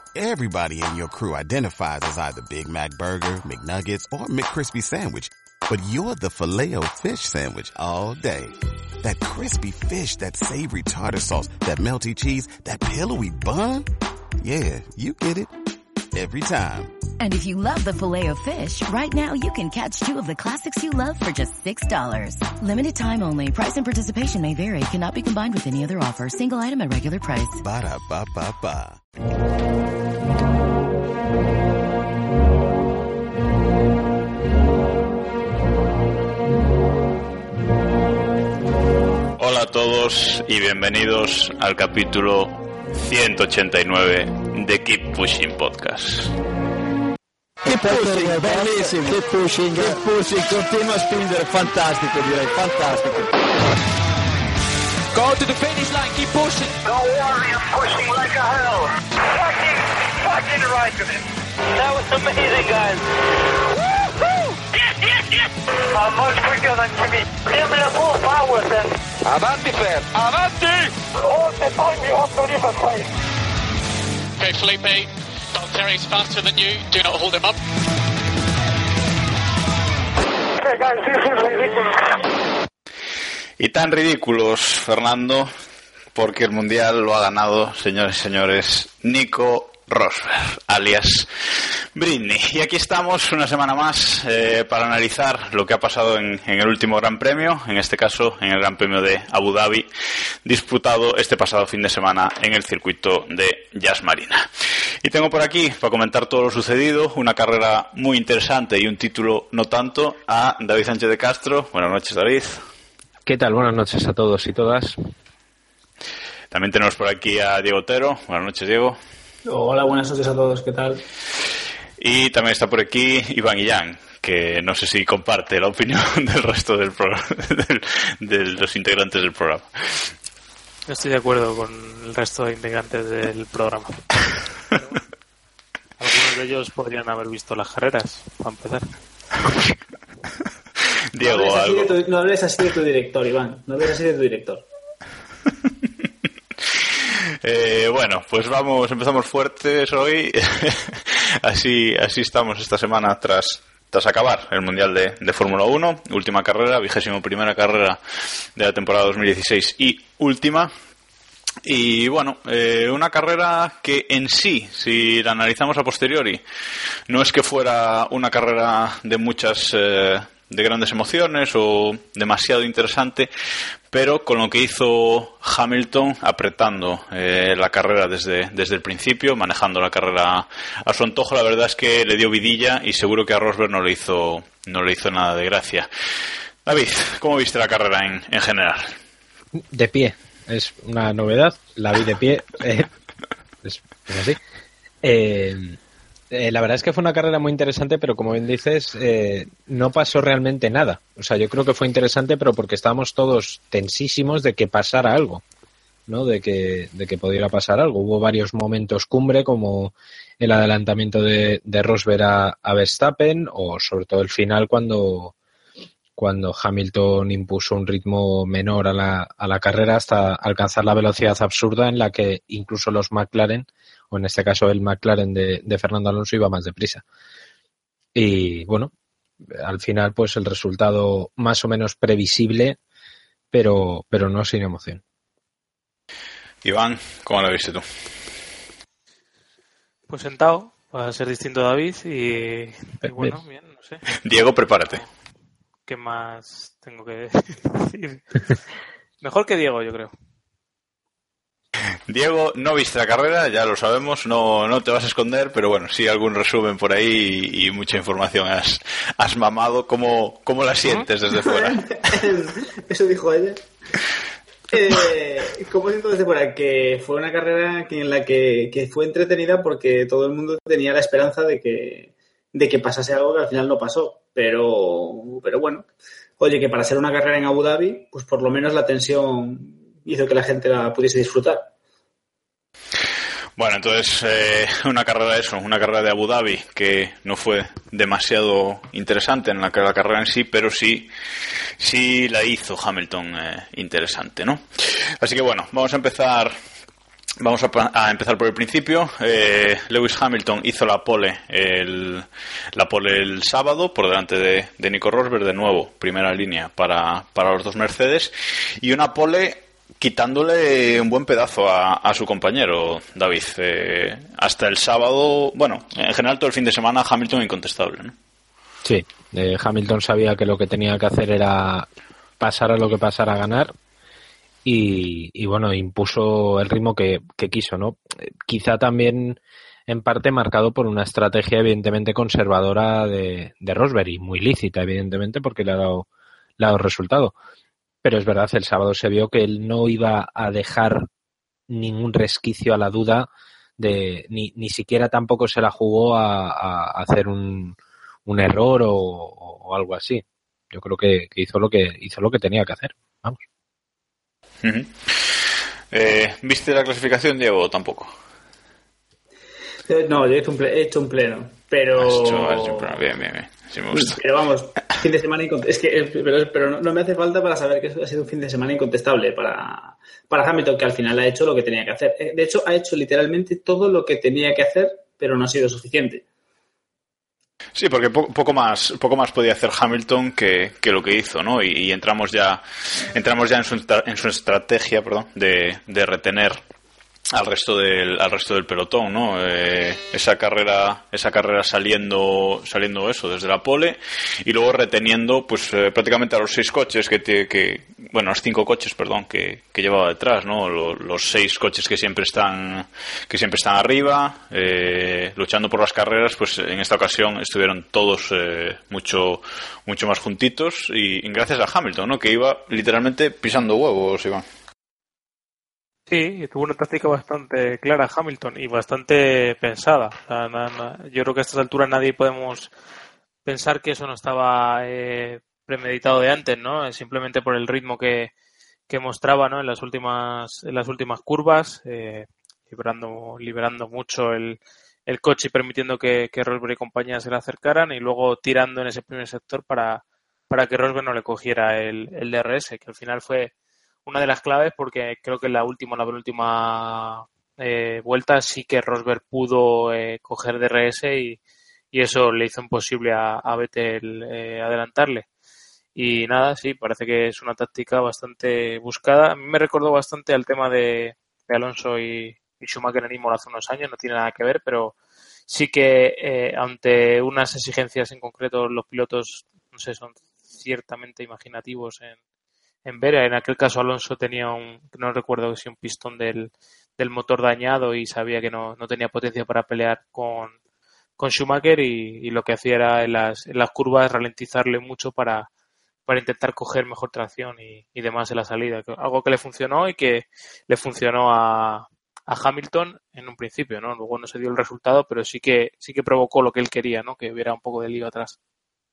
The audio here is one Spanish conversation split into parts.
Everybody in your crew identifies as either Big Mac Burger, McNuggets, or McCrispy Sandwich. But you're the Filet-O-Fish Sandwich all day. That crispy fish, that savory tartar sauce, that melty cheese, that pillowy bun. Yeah, you get it. Every time. And if you love the Filet-O-Fish, right now you can catch 2 of the classics you love for just $6. Limited time only. Price and participation may vary. Cannot be combined with any other offer. Single item at regular price. Ba-da-ba-ba-ba. Hola a todos y bienvenidos al capítulo 189 de Keep Pushing Podcast. Keep pushing, bellissimo. Keep pushing, continua a spingere, fantastico direi, fantastico. Go to the finish line, keep pushing. Don't worry, I'm pushing like a hell. Fucking right to it. That was amazing, guys. Woo-hoo! Yes! Much quicker than Jimmy. Give me the full power then. Avanti, Fer, avanti! All the time you have to leave a place. Okay, Felipe, Valtteri's faster than you. Do not hold him up. Okay, guys, this is ridiculous. Y tan ridículos, Fernando, porque el Mundial lo ha ganado, señores y señores, Nico Rosberg, alias Britney. Y aquí estamos una semana más para analizar lo que ha pasado en el último Gran Premio, en este caso en el Gran Premio de Abu Dhabi, disputado este pasado fin de semana en el circuito de Yas Marina. Y tengo por aquí, para comentar todo lo sucedido, una carrera muy interesante y un título no tanto, a David Sánchez de Castro. Buenas noches, David. ¿Qué tal? Buenas noches a todos y todas. También tenemos por aquí a Diego Otero. Buenas noches, Diego. Hola, buenas noches a todos, ¿qué tal? Y también está por aquí Iván Illán, que no sé si comparte la opinión del resto del programa, de los integrantes del programa. No estoy de acuerdo con el resto de integrantes del programa. Pero, algunos de ellos podrían haber visto las carreras, para empezar. Diego, no hables así de tu director, Iván. No hables así de tu director. Bueno, pues empezamos fuertes hoy. así estamos esta semana tras acabar el Mundial de Fórmula 1, última carrera, 21ª carrera de la temporada 2016 y última. Y bueno, una carrera que en sí, si la analizamos a posteriori, no es que fuera una carrera de muchas de grandes emociones o demasiado interesante, pero con lo que hizo Hamilton apretando la carrera desde el principio, manejando la carrera a su antojo, la verdad es que le dio vidilla y seguro que a Rosberg no le hizo nada de gracia. David, ¿cómo viste la carrera en general? De pie, es una novedad, la vi de pie, es así. La verdad es que fue una carrera muy interesante, pero como bien dices, no pasó realmente nada. O sea, yo creo que fue interesante, pero porque estábamos todos tensísimos de que pasara algo, ¿no? De que pudiera pasar algo. Hubo varios momentos cumbre, como el adelantamiento de Rosberg a Verstappen, o sobre todo el final cuando Hamilton impuso un ritmo menor a la carrera hasta alcanzar la velocidad absurda en la que incluso los McLaren, o en este caso el McLaren de Fernando Alonso, iba más deprisa. Y bueno, al final pues el resultado más o menos previsible, pero no sin emoción. Iván, ¿cómo lo viste tú? Pues sentado, para ser distinto a David y bueno, bien, no sé. Diego, prepárate. ¿Qué más tengo que decir? Mejor que Diego, yo creo. Diego, no viste la carrera, ya lo sabemos, no te vas a esconder, pero bueno, sí algún resumen por ahí y mucha información has mamado. ¿Cómo la sientes desde fuera? Eso dijo ella. ¿Cómo siento desde fuera? Que fue una carrera en la que fue entretenida porque todo el mundo tenía la esperanza de que pasase algo que al final no pasó. Pero bueno, oye, que para ser una carrera en Abu Dhabi, pues por lo menos la tensión hizo que la gente la pudiese disfrutar. Bueno, entonces una carrera de Abu Dhabi que no fue demasiado interesante en la carrera en sí, pero sí la hizo Hamilton interesante, ¿no? Así que bueno, vamos a empezar Vamos a empezar por el principio. Lewis Hamilton hizo la pole el sábado por delante de Nico Rosberg, de nuevo, primera línea para los dos Mercedes, y una pole quitándole un buen pedazo a su compañero, David. Hasta el sábado, bueno, en general todo el fin de semana Hamilton incontestable, ¿no? Sí, Hamilton sabía que lo que tenía que hacer era pasar a lo que pasara a ganar. Y bueno, impuso el ritmo que quiso, ¿no? Quizá también en parte marcado por una estrategia evidentemente conservadora de Rosberg, y muy lícita evidentemente porque le ha dado resultado. Pero es verdad, el sábado se vio que él no iba a dejar ningún resquicio a la duda, ni siquiera tampoco se la jugó a hacer un error o algo así. Yo creo que hizo lo que tenía que hacer. Vamos. Uh-huh. ¿Viste la clasificación, Diego, o tampoco? No, yo he hecho un pleno, pero... Has hecho un pleno. Bien. Sí me gusta. Pero vamos, fin de semana incontestable. Pero no me hace falta para saber que ha sido un fin de semana incontestable para Hamilton, que al final ha hecho lo que tenía que hacer. De hecho, ha hecho literalmente todo lo que tenía que hacer, pero no ha sido suficiente. Sí, porque poco más podía hacer Hamilton que lo que hizo, ¿no? Y entramos ya en su estrategia, de retener al resto del pelotón, ¿no? Esa carrera saliendo eso desde la pole, y luego reteniendo pues prácticamente a los 6 coches los 5 coches, que llevaba detrás, ¿no? Los 6 coches que siempre están arriba, luchando por las carreras. Pues en esta ocasión estuvieron todos mucho más juntitos, y gracias a Hamilton, ¿no? Que iba literalmente pisando huevos, Iván. Sí, tuvo una táctica bastante clara Hamilton y bastante pensada. O sea, yo creo que a estas alturas nadie podemos pensar que eso no estaba premeditado de antes, ¿no? Simplemente por el ritmo que mostraba, ¿no? En las últimas curvas, liberando mucho el coche y permitiendo que Rosberg y compañía se le acercaran, y luego tirando en ese primer sector para que Rosberg no le cogiera el DRS, que al final fue una de las claves, porque creo que en la penúltima vuelta sí que Rosberg pudo coger DRS, y eso le hizo imposible a Vettel adelantarle. Y nada, sí, parece que es una táctica bastante buscada. A mí me recordó bastante al tema de Alonso y Schumacher en Imola hace unos años, no tiene nada que ver, pero sí que ante unas exigencias en concreto los pilotos, no sé, son ciertamente imaginativos en ver. En aquel caso Alonso tenía no recuerdo si un pistón del motor dañado, y sabía que no tenía potencia para pelear con Schumacher, y lo que hacía era en las curvas ralentizarle mucho para intentar coger mejor tracción y demás en la salida. Algo que le funcionó, y que le funcionó a Hamilton en un principio, ¿no? Luego no se dio el resultado, pero sí que provocó lo que él quería, ¿no? Que hubiera un poco de lío atrás.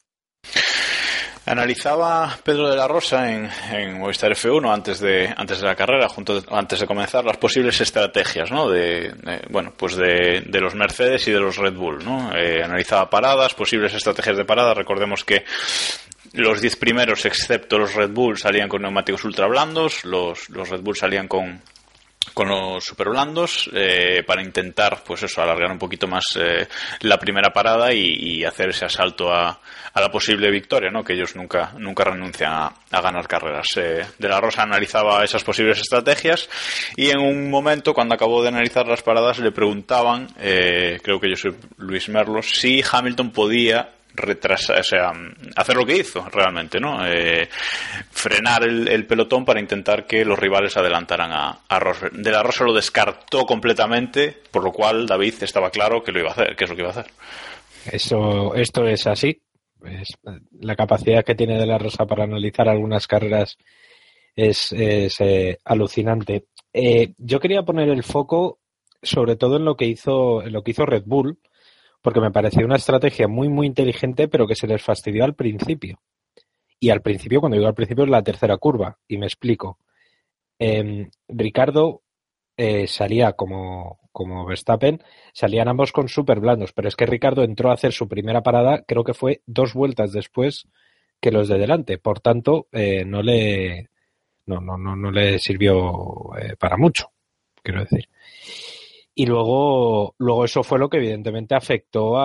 Analizaba Pedro de la Rosa en Movistar F1 antes de la carrera, antes de comenzar, las posibles estrategias, ¿no? de los Mercedes y de los Red Bull, ¿no? Analizaba paradas, posibles estrategias de parada. Recordemos que los 10 primeros, excepto los Red Bull, salían con neumáticos ultra blandos, los Red Bull salían con los super blandos, para intentar pues eso, alargar un poquito más la primera parada y hacer ese asalto a la posible victoria, ¿no? Que ellos nunca renuncian a ganar carreras. De la Rosa analizaba esas posibles estrategias, y en un momento, cuando acabó de analizar las paradas, le preguntaban, creo que yo soy Luis Merlos, si Hamilton podía retrasar, o sea, hacer lo que hizo realmente, ¿no? Frenar el pelotón para intentar que los rivales adelantaran a Rosberg. De la Rosa lo descartó completamente, por lo cual David estaba claro que lo iba a hacer, que es lo que iba a hacer. Esto es así. La capacidad que tiene De la Rosa para analizar algunas carreras es alucinante. Yo quería poner el foco sobre todo en lo que hizo Red Bull, porque me pareció una estrategia muy, muy inteligente, pero que se les fastidió al principio. Y al principio, cuando digo al principio, es la tercera curva. Y me explico. Ricardo salía como Verstappen, salían ambos con súper blandos, pero es que Ricardo entró a hacer su primera parada, creo que fue 2 vueltas después que los de delante. Por tanto, no le sirvió para mucho. quiero decir. Y luego eso fue lo que evidentemente afectó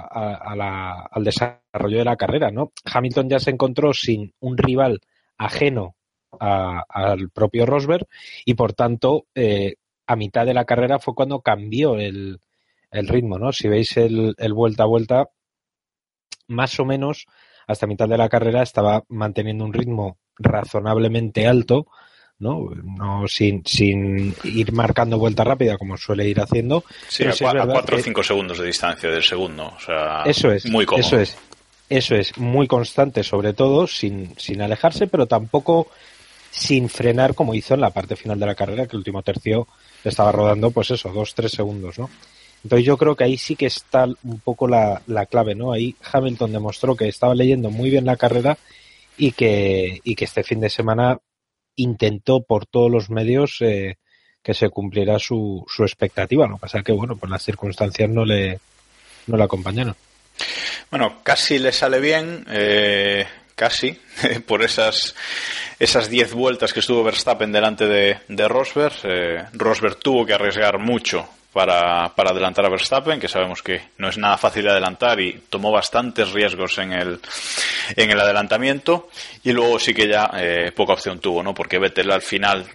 al desarrollo de la carrera, ¿no? Hamilton ya se encontró sin un rival ajeno al propio Rosberg y por tanto a mitad de la carrera fue cuando cambió el ritmo, ¿no? Si veis el vuelta a vuelta, más o menos hasta mitad de la carrera estaba manteniendo un ritmo razonablemente alto, ¿no? Sin ir marcando vuelta rápida como suele ir haciendo. Sí, a 4 o 5 segundos de distancia del segundo, o sea, eso es, muy cómodo. Eso es muy constante, sobre todo sin alejarse, pero tampoco sin frenar como hizo en la parte final de la carrera, que el último tercio estaba rodando, pues eso, 2-3 segundos, ¿no? Entonces yo creo que ahí sí que está un poco la clave, ¿no? Ahí Hamilton demostró que estaba leyendo muy bien la carrera y que este fin de semana intentó por todos los medios que se cumpliera su expectativa. Lo que pasa es que, bueno, pues las circunstancias no le acompañaron. Bueno, casi le sale bien, casi, por esas 10 vueltas que estuvo Verstappen delante de Rosberg. Rosberg tuvo que arriesgar mucho para adelantar a Verstappen, que sabemos que no es nada fácil de adelantar y tomó bastantes riesgos en el adelantamiento, y luego sí que ya poca opción tuvo, ¿no? Porque Vettel al final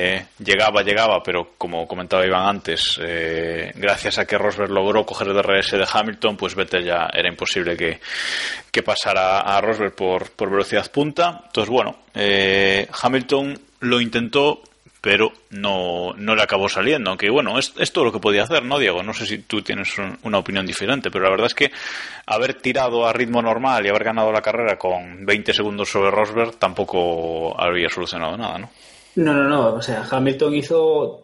llegaba, pero como comentaba Iván antes, gracias a que Rosberg logró coger el DRS de Hamilton, pues Vettel ya era imposible que pasara a Rosberg por velocidad punta. Entonces, bueno, Hamilton lo intentó, pero no le acabó saliendo, aunque bueno, es todo lo que podía hacer, ¿no, Diego? No sé si tú tienes una opinión diferente, pero la verdad es que haber tirado a ritmo normal y haber ganado la carrera con 20 segundos sobre Rosberg tampoco habría solucionado nada, ¿no? No, o sea, Hamilton hizo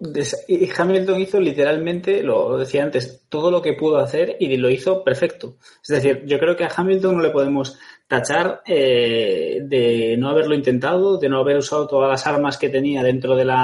literalmente, lo decía antes, todo lo que pudo hacer y lo hizo perfecto. Es decir, yo creo que a Hamilton no le podemos tachar de no haberlo intentado, de no haber usado todas las armas que tenía dentro de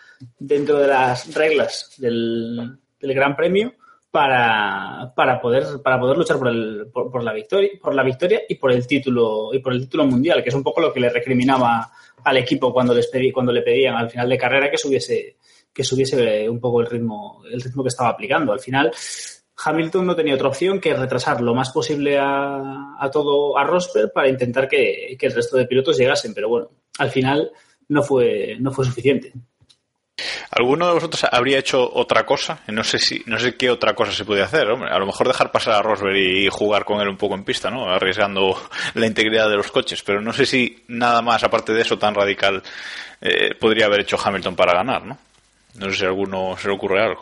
las reglas del Gran Premio para poder luchar por la victoria y por el título mundial, que es un poco lo que le recriminaba al equipo cuando le pedían al final de carrera que subiese un poco el ritmo que estaba aplicando. Al final Hamilton no tenía otra opción que retrasar lo más posible a Rosberg para intentar que el resto de pilotos llegasen, pero bueno, al final no fue suficiente. ¿Alguno de vosotros habría hecho otra cosa? No sé qué otra cosa se podía hacer, hombre. A lo mejor dejar pasar a Rosberg y jugar con él un poco en pista, ¿no? Arriesgando la integridad de los coches, pero no sé si nada más aparte de eso tan radical podría haber hecho Hamilton para ganar, ¿no? No sé si a alguno se le ocurre algo.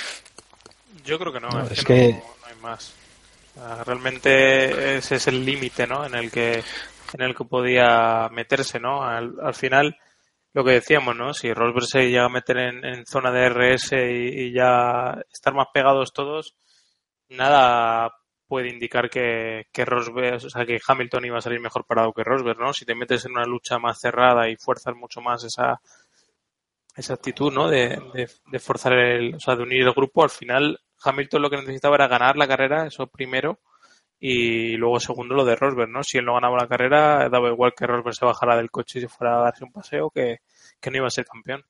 Yo creo que no, no hay más. O sea, realmente ese es el límite, ¿no? En el que podía meterse, ¿no? Al final, lo que decíamos, ¿no? Si Rosberg se llega a meter en zona de RS y ya estar más pegados todos, nada puede indicar que Rosberg, o sea, que Hamilton iba a salir mejor parado que Rosberg, ¿no? Si te metes en una lucha más cerrada y fuerzas mucho más esa actitud, ¿no? De forzar de unir el grupo, al final Hamilton lo que necesitaba era ganar la carrera, eso primero, y luego segundo lo de Rosberg, ¿no? Si él no ganaba la carrera, daba igual que Rosberg se bajara del coche y se fuera a darse un paseo, que no iba a ser campeón.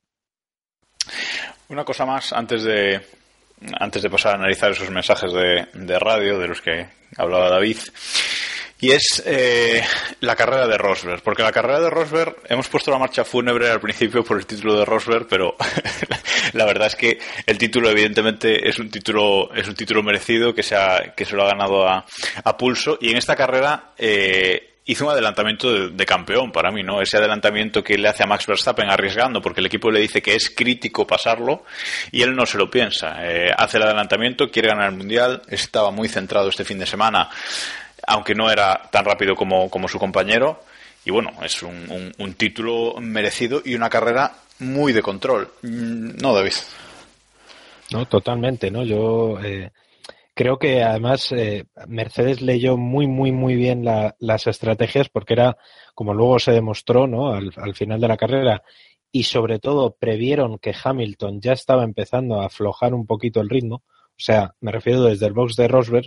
Una cosa más antes de pasar a analizar esos mensajes de radio de los que hablaba David, y es la carrera de Rosberg, porque la carrera de Rosberg hemos puesto la marcha fúnebre al principio por el título de Rosberg, pero la verdad es que el título evidentemente es un título merecido que se lo ha ganado a pulso, y en esta carrera hizo un adelantamiento de campeón para mí, ¿no? Ese adelantamiento que le hace a Max Verstappen arriesgando porque el equipo le dice que es crítico pasarlo y él no se lo piensa, hace el adelantamiento, quiere ganar el mundial, estaba muy centrado este fin de semana, aunque no era tan rápido como su compañero, y bueno, es un título merecido y una carrera muy de control, ¿no, David? No, totalmente, ¿no? Yo creo que además Mercedes leyó muy, muy, muy bien las estrategias, porque era, como luego se demostró, ¿no? Al final de la carrera, y sobre todo previeron que Hamilton ya estaba empezando a aflojar un poquito el ritmo, o sea, me refiero desde el box de Rosberg,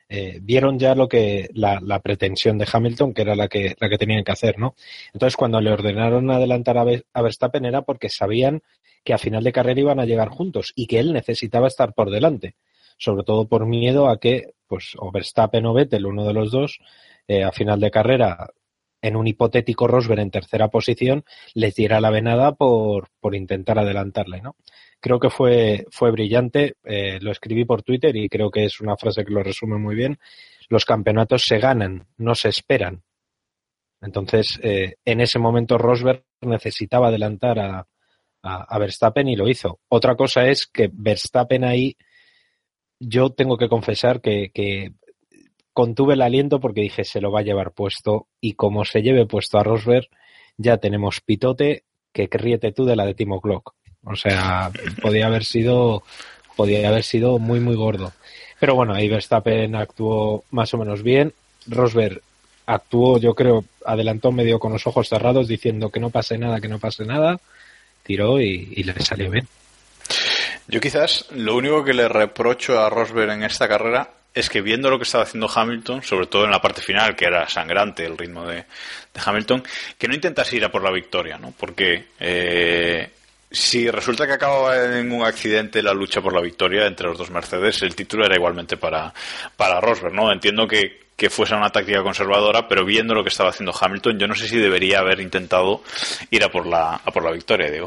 vieron ya lo que la pretensión de Hamilton, que era la que tenían que hacer, ¿no? Entonces, cuando le ordenaron adelantar a Verstappen era porque sabían que a final de carrera iban a llegar juntos y que él necesitaba estar por delante, sobre todo por miedo a que, pues, o Verstappen o Vettel, uno de los dos, a final de carrera, en un hipotético Rosberg en tercera posición, les diera la venada por intentar adelantarle, ¿no? Creo que fue brillante, lo escribí por Twitter y creo que es una frase que lo resume muy bien. Los campeonatos se ganan, no se esperan. Entonces, en ese momento Rosberg necesitaba adelantar a Verstappen y lo hizo. Otra cosa es que Verstappen ahí, yo tengo que confesar que contuve el aliento porque dije, se lo va a llevar puesto, y como se lleve puesto a Rosberg, ya tenemos pitote, que ríete tú de la de Timo Glock. O sea, podía haber sido muy, muy gordo. Pero bueno, ahí Verstappen actuó más o menos bien. Rosberg actuó, yo creo, adelantó medio con los ojos cerrados, diciendo que no pase nada, tiró y le salió bien. Yo quizás lo único que le reprocho a Rosberg en esta carrera es que, viendo lo que estaba haciendo Hamilton, sobre todo en la parte final, que era sangrante el ritmo de Hamilton, que no intentase ir a por la victoria, ¿no? Porque si resulta que acababa en un accidente la lucha por la victoria entre los dos Mercedes, el título era igualmente para Rosberg, ¿no? Entiendo que fuese una táctica conservadora, pero viendo lo que estaba haciendo Hamilton, yo no sé si debería haber intentado ir a por la victoria, digo.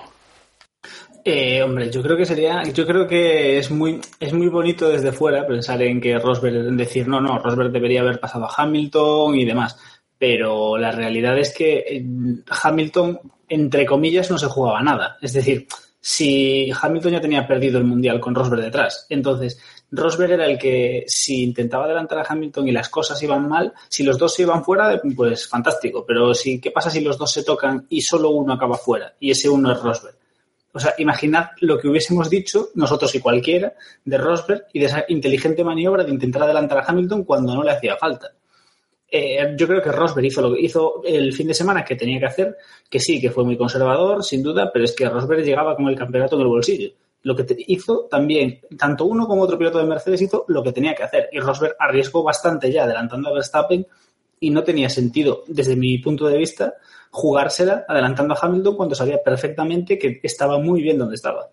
Hombre, yo creo que es muy bonito desde fuera pensar en que decir no, Rosberg debería haber pasado a Hamilton y demás, pero la realidad es que Hamilton, entre comillas, no se jugaba nada. Es decir, si Hamilton ya tenía perdido el Mundial con Rosberg detrás, entonces Rosberg era el que, si intentaba adelantar a Hamilton y las cosas iban mal, si los dos se iban fuera, pues fantástico, pero ¿qué pasa si los dos se tocan y solo uno acaba fuera? Y ese uno es Rosberg. O sea, imaginad lo que hubiésemos dicho nosotros y cualquiera de Rosberg y de esa inteligente maniobra de intentar adelantar a Hamilton cuando no le hacía falta. Yo creo que Rosberg hizo lo que hizo el fin de semana que tenía que hacer, que sí, que fue muy conservador, sin duda, pero es que Rosberg llegaba con el campeonato en el bolsillo. Lo que hizo también, tanto uno como otro piloto de Mercedes hizo lo que tenía que hacer. Y Rosberg arriesgó bastante ya adelantando a Verstappen y no tenía sentido, desde mi punto de vista, jugársela adelantando a Hamilton cuando sabía perfectamente que estaba muy bien donde estaba.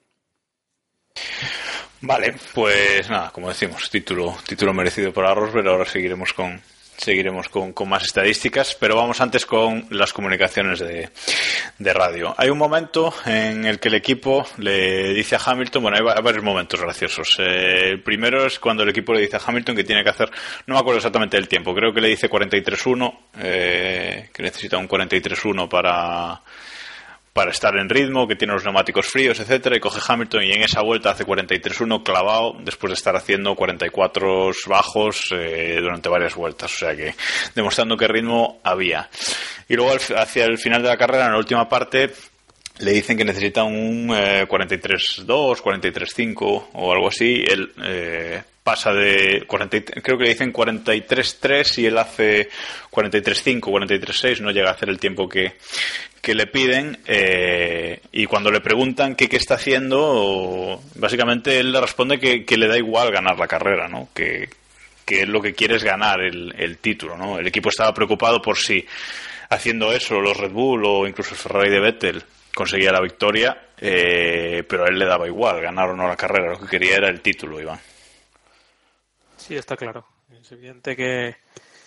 Vale, pues nada, como decimos, título merecido para Rosberg. Ahora seguiremos con más estadísticas, pero vamos antes con las comunicaciones de radio. Hay un momento en el que el equipo le dice a Hamilton, bueno, hay varios momentos graciosos. El primero es cuando el equipo le dice a Hamilton que tiene que hacer, no me acuerdo exactamente del tiempo, creo que le dice 43.1, que necesita un 43.1 para estar en ritmo, que tiene los neumáticos fríos, etcétera, y coge Hamilton y en esa vuelta hace 43.1 clavado después de estar haciendo 44 bajos durante varias vueltas, o sea que demostrando qué ritmo había. Y luego hacia el final de la carrera, en la última parte, le dicen que necesita un 43.2, 43.5 o algo así. Él pasa de creo que le dicen 43.3 y él hace 43.5, 43.6, no llega a hacer el tiempo que le piden, y cuando le preguntan qué está haciendo, básicamente él le responde que le da igual ganar la carrera, ¿no? Que lo que quiere es ganar el título, ¿no? El equipo estaba preocupado por si haciendo eso los Red Bull o incluso el Ferrari de Vettel conseguía la victoria, pero a él le daba igual ganar o no la carrera, lo que quería era el título, Iván. Sí, está claro. Es evidente que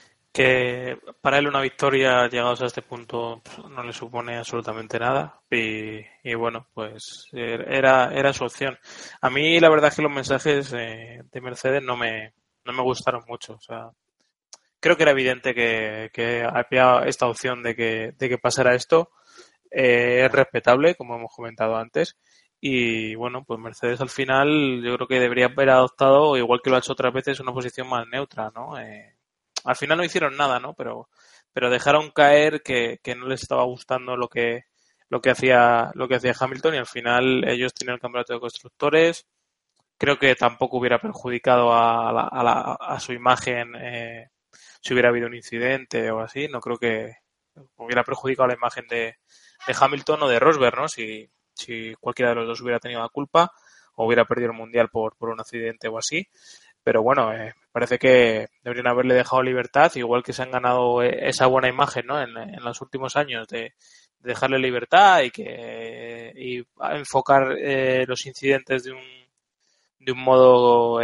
para él una victoria llegados a este punto no le supone absolutamente nada y bueno, pues era su opción. A mí la verdad es que los mensajes de Mercedes no me gustaron mucho. O sea, creo que era evidente que había esta opción de que pasara esto. Es respetable, como hemos comentado antes. Y bueno, pues Mercedes al final yo creo que debería haber adoptado, igual que lo ha hecho otras veces, una posición más neutra, ¿no? Al final no hicieron nada, ¿no? Pero dejaron caer que no les estaba gustando lo que hacía Hamilton, y al final ellos tienen el campeonato de constructores. Creo que tampoco hubiera perjudicado a su imagen si hubiera habido un incidente o así. No creo que hubiera perjudicado la imagen de Hamilton o de Rosberg, ¿no? Si cualquiera de los dos hubiera tenido la culpa o hubiera perdido el Mundial por un accidente o así. Pero bueno, parece que deberían haberle dejado libertad, igual que se han ganado esa buena imagen, ¿no? En los últimos años de dejarle libertad y enfocar los incidentes de un modo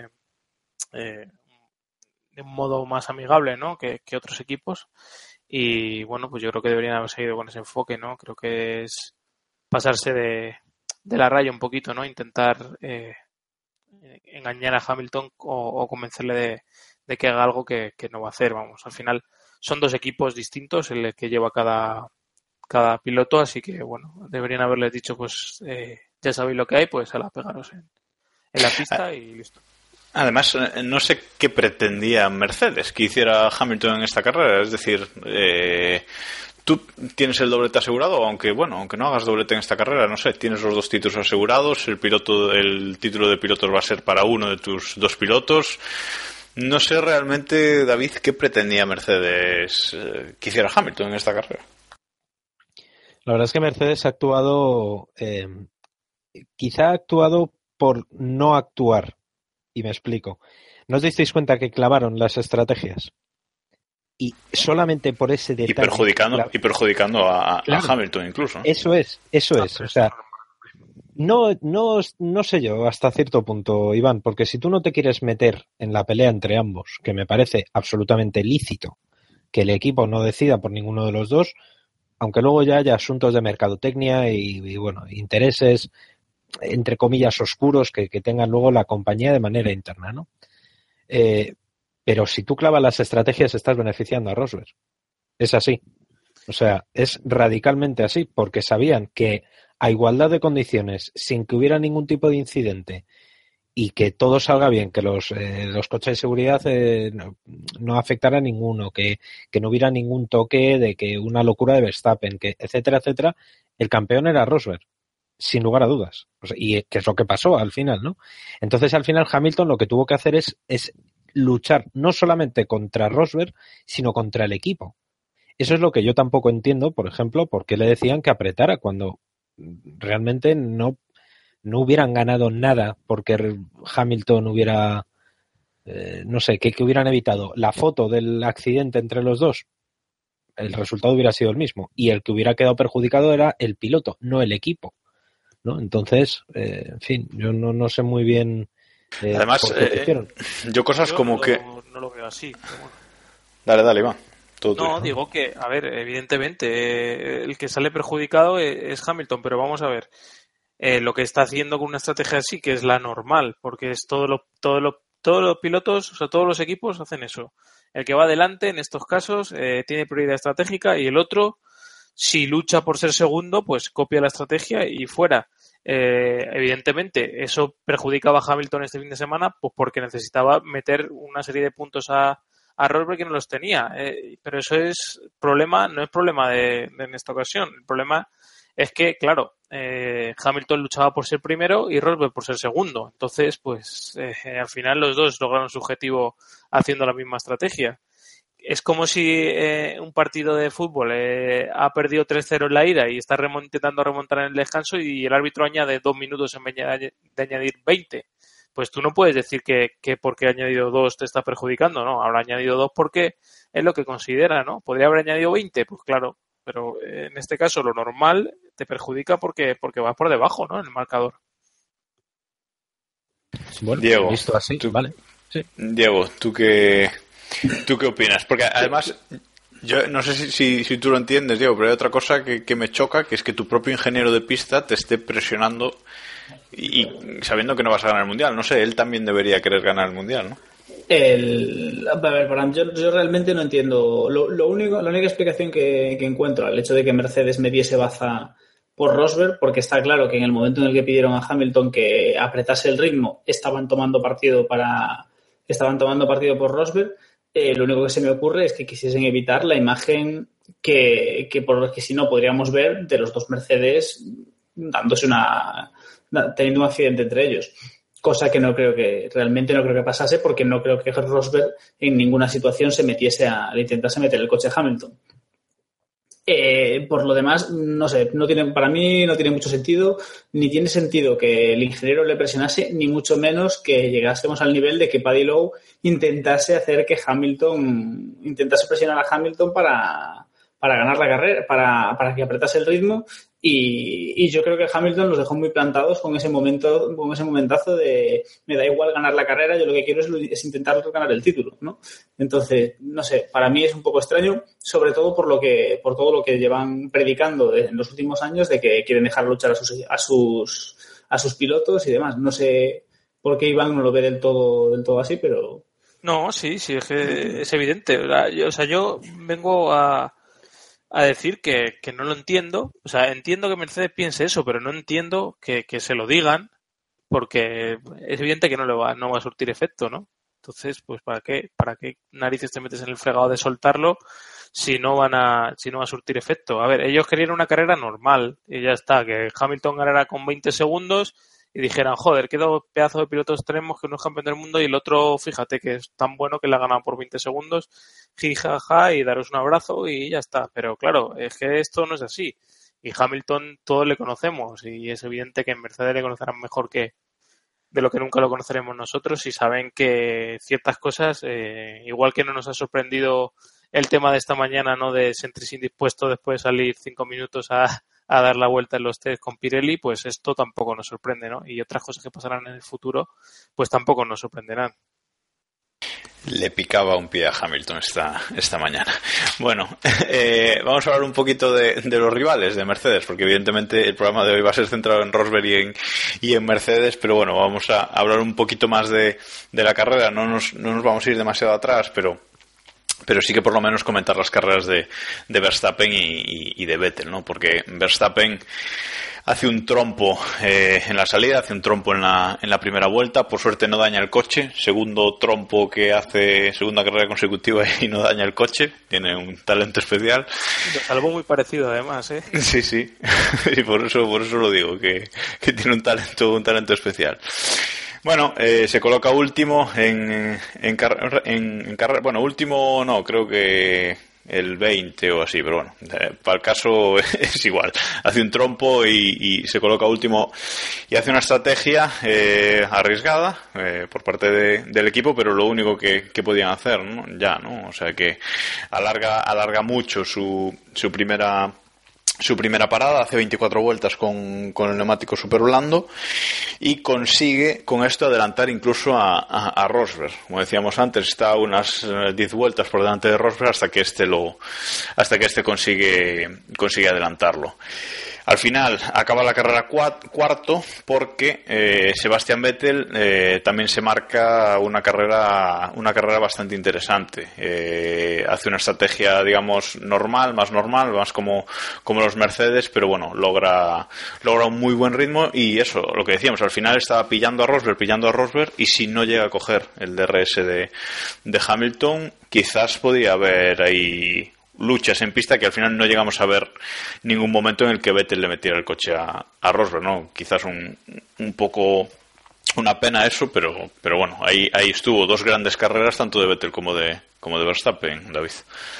más amigable, ¿no? que otros equipos. Y bueno, pues yo creo que deberían haber seguido con ese enfoque, ¿no? Creo que es pasarse de la raya un poquito, ¿no? Intentar engañar a Hamilton o convencerle de que haga algo que no va a hacer. Vamos, al final son dos equipos distintos el que lleva cada piloto, así que bueno, deberían haberles dicho, pues ya sabéis lo que hay, pues a la pegaros en la pista y listo. Además, no sé qué pretendía Mercedes que hiciera Hamilton en esta carrera. Es decir, tú tienes el doblete asegurado, aunque no hagas doblete en esta carrera, no sé, tienes los 2 títulos asegurados, el título de pilotos va a ser para uno de tus 2 pilotos. No sé realmente, David, qué pretendía Mercedes que hiciera Hamilton en esta carrera. La verdad es que Mercedes ha actuado, quizá ha actuado por no actuar. Y me explico. ¿No os disteis cuenta que clavaron las estrategias? Y solamente por ese detalle... Y perjudicando a Hamilton incluso. Eso es. O sea, no sé yo hasta cierto punto, Iván, porque si tú no te quieres meter en la pelea entre ambos, que me parece absolutamente lícito que el equipo no decida por ninguno de los dos, aunque luego ya haya asuntos de mercadotecnia y bueno, intereses entre comillas oscuros que tengan luego la compañía de manera interna, ¿no? Pero si tú clavas las estrategias estás beneficiando a Rosberg. Es así. O sea, es radicalmente así, porque sabían que a igualdad de condiciones, sin que hubiera ningún tipo de incidente y que todo salga bien, que los coches de seguridad no afectara a ninguno, que no hubiera ningún toque de que una locura de Verstappen, que etcétera, etcétera, el campeón era Rosberg. Sin lugar a dudas. O sea, y que es lo que pasó al final, ¿no? Entonces, al final, Hamilton lo que tuvo que hacer es luchar no solamente contra Rosberg, sino contra el equipo. Eso es lo que yo tampoco entiendo, por ejemplo, por qué le decían que apretara cuando realmente no hubieran ganado nada porque Hamilton hubiera, no sé, que hubieran evitado la foto del accidente entre los dos. El resultado hubiera sido el mismo. Y el que hubiera quedado perjudicado era el piloto, no el equipo, ¿no? Entonces, en fin, yo no sé muy bien. Además, yo cosas como que no lo veo así. Bueno. Dale, Iván. No, digo que, a ver, evidentemente, el que sale perjudicado es Hamilton, pero vamos a ver, lo que está haciendo con una estrategia así, que es la normal, porque es todos los pilotos, o sea, todos los equipos hacen eso. El que va adelante, en estos casos, tiene prioridad estratégica y el otro, si lucha por ser segundo, pues copia la estrategia y fuera. Evidentemente, eso perjudicaba a Hamilton este fin de semana, pues porque necesitaba meter una serie de puntos a Rosberg que no los tenía. Pero eso no es problema en esta ocasión. El problema es que, claro, Hamilton luchaba por ser primero y Rosberg por ser segundo. Entonces, pues, al final los dos lograron su objetivo haciendo la misma estrategia. Es como si un partido de fútbol ha perdido 3-0 en la ida y está intentando remontar en el descanso y el árbitro añade 2 minutos en vez de añadir 20. Pues tú no puedes decir que porque ha añadido 2 te está perjudicando, ¿no? Habrá añadido 2 porque es lo que considera, ¿no? ¿Podría haber añadido 20? Pues claro, pero en este caso lo normal te perjudica porque vas por debajo, ¿no? En el marcador. Bueno, Diego, visto así, vale. Sí. Diego, ¿tú qué opinas? Porque además, yo no sé si tú lo entiendes, Diego, pero hay otra cosa que me choca, que es que tu propio ingeniero de pista te esté presionando y sabiendo que no vas a ganar el Mundial. No sé, él también debería querer ganar el Mundial, ¿no? A ver, yo realmente no entiendo. La única explicación que encuentro al hecho de que Mercedes me diese baza por Rosberg, porque está claro que en el momento en el que pidieron a Hamilton que apretase el ritmo, estaban tomando partido por Rosberg. Lo único que se me ocurre es que quisiesen evitar la imagen que si no podríamos ver de los dos Mercedes teniendo un accidente entre ellos. Cosa que realmente no creo que pasase, porque no creo que Rosberg en ninguna situación le intentase meter el coche a Hamilton. Por lo demás, no sé, para mí no tiene mucho sentido, ni tiene sentido que el ingeniero le presionase, ni mucho menos que llegásemos al nivel de que Paddy Lowe intentase presionar a Hamilton para ganar la carrera, para que apretase el ritmo, y yo creo que Hamilton los dejó muy plantados con ese momentazo de me da igual ganar la carrera, yo lo que quiero es intentar ganar el título, ¿no? Entonces, no sé, para mí es un poco extraño, sobre todo por todo lo que llevan predicando en los últimos años de que quieren dejar luchar a sus pilotos y demás. No sé por qué Iván no lo ve del todo así, pero... No, sí, es que es evidente. Yo vengo a decir que no lo entiendo. O sea, entiendo que Mercedes piense eso, pero no entiendo que se lo digan, porque es evidente que no va a surtir efecto, ¿no? Entonces, pues ¿para qué narices te metes en el fregado de soltarlo si no va a surtir efecto? A ver, ellos querían una carrera normal y ya está, que Hamilton ganara con 20 segundos y dijeran, joder, qué dos pedazos de pilotos tenemos, que uno es campeón del mundo y el otro, fíjate, que es tan bueno que le ha ganado por 20 segundos, jijaja, y daros un abrazo y ya está. Pero claro, es que esto no es así. Y Hamilton todos le conocemos y es evidente que en Mercedes le conocerán mejor de lo que nunca lo conoceremos nosotros, y saben que ciertas cosas, igual que no nos ha sorprendido el tema de esta mañana, ¿no?, de Sentries indispuesto después de salir 5 minutos a dar la vuelta en los test con Pirelli, pues esto tampoco nos sorprende, ¿no? Y otras cosas que pasarán en el futuro, pues tampoco nos sorprenderán. Le picaba un pie a Hamilton esta mañana. Bueno, vamos a hablar un poquito de los rivales de Mercedes, porque evidentemente el programa de hoy va a ser centrado en Rosberg y en Mercedes, pero bueno, vamos a hablar un poquito más de la carrera. No nos vamos a ir demasiado atrás, pero sí que por lo menos comentar las carreras de Verstappen y de Vettel, ¿no? Porque Verstappen hace un trompo en la salida, hace un trompo en la primera vuelta, por suerte no daña el coche, segundo trompo que hace, segunda carrera consecutiva y no daña el coche, tiene un talento especial. Algo muy parecido además, ¿eh? Sí, y por eso lo digo, que tiene un talento especial. Bueno, se coloca último en carrera, bueno, último no, creo que el 20 o así, pero bueno, para el caso es igual. Hace un trompo y se coloca último y hace una estrategia arriesgada por parte del equipo, pero lo único que podían hacer, ¿no? Ya, ¿no? O sea que alarga mucho su primera parada, hace 24 vueltas con el neumático super blando y consigue con esto adelantar incluso a Rosberg. Como decíamos antes, está unas 10 vueltas por delante de Rosberg hasta que este consigue adelantarlo. Al final acaba la carrera cuarto porque Sebastian Vettel también se marca una carrera bastante interesante. Hace una estrategia, digamos, más normal, más como los Mercedes, pero bueno, logra un muy buen ritmo y eso, lo que decíamos, al final estaba pillando a Rosberg y si no llega a coger el DRS de Hamilton, quizás podía haber ahí luchas en pista que al final no llegamos a ver ningún momento en el que Vettel le metiera el coche a Rosberg, ¿no? Quizás un poco una pena eso, pero bueno, ahí estuvo dos grandes carreras tanto de Vettel como de Verstappen, David.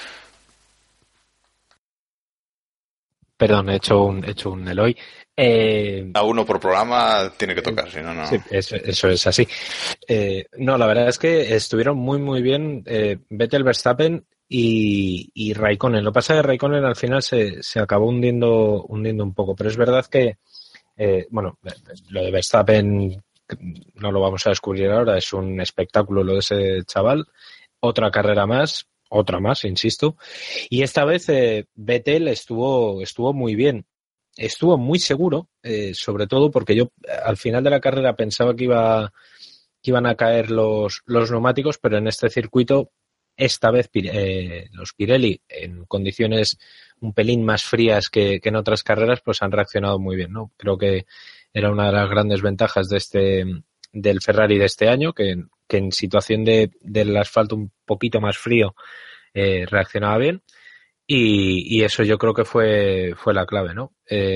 Perdón, he hecho un Eloy. A uno por programa tiene que tocar, si no. Sí, eso es así. No, la verdad es que estuvieron muy, muy bien Vettel, Verstappen y Raikkonen. Lo que pasa es que Raikkonen al final se acabó hundiendo un poco, pero es verdad que, lo de Verstappen no lo vamos a descubrir ahora, es un espectáculo lo de ese chaval. Otra carrera más. Otra más, insisto. Y esta vez Vettel estuvo muy bien. Estuvo muy seguro, sobre todo porque yo al final de la carrera pensaba que iban a caer los neumáticos, pero en este circuito, esta vez los Pirelli, en condiciones un pelín más frías que en otras carreras, pues han reaccionado muy bien, ¿no? Creo que era una de las grandes ventajas del Ferrari de este año, que en situación del asfalto un poquito más frío reaccionaba bien y eso yo creo que fue la clave, ¿no?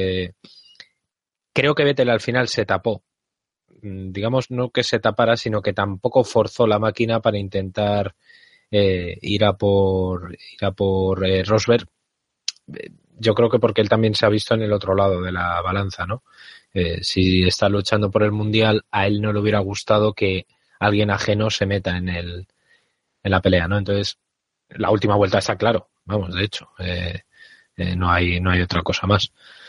Creo que Vettel al final se tapó, digamos no que se tapara, sino que tampoco forzó la máquina para intentar ir a por Rosberg. yo creo que porque él también se ha visto en el otro lado de la balanza, ¿no? Si está luchando por el Mundial, a él no le hubiera gustado que alguien ajeno se meta en la pelea, ¿no? Entonces, la última vuelta está claro, vamos, de hecho, no hay otra cosa más.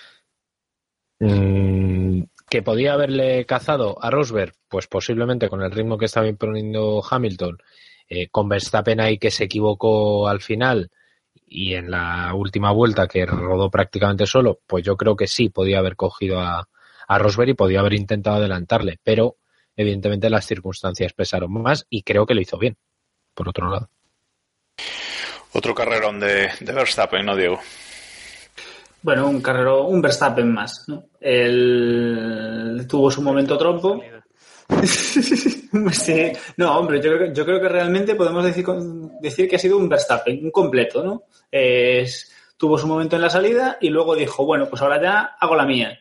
¿Que podía haberle cazado a Rosberg? Pues posiblemente con el ritmo que estaba imponiendo Hamilton, con Verstappen ahí que se equivocó al final y en la última vuelta que rodó prácticamente solo, pues yo creo que sí podía haber cogido a Rosberg y podía haber intentado adelantarle, pero evidentemente las circunstancias pesaron más y creo que lo hizo bien, por otro lado. Otro carrerón de Verstappen, ¿no, Diego? Bueno, un Verstappen más, ¿no? Él tuvo su momento trompo. Sí. No, hombre, yo creo que realmente podemos decir que ha sido un Verstappen, un completo, ¿no? Tuvo su momento en la salida y luego dijo, bueno, pues ahora ya hago la mía.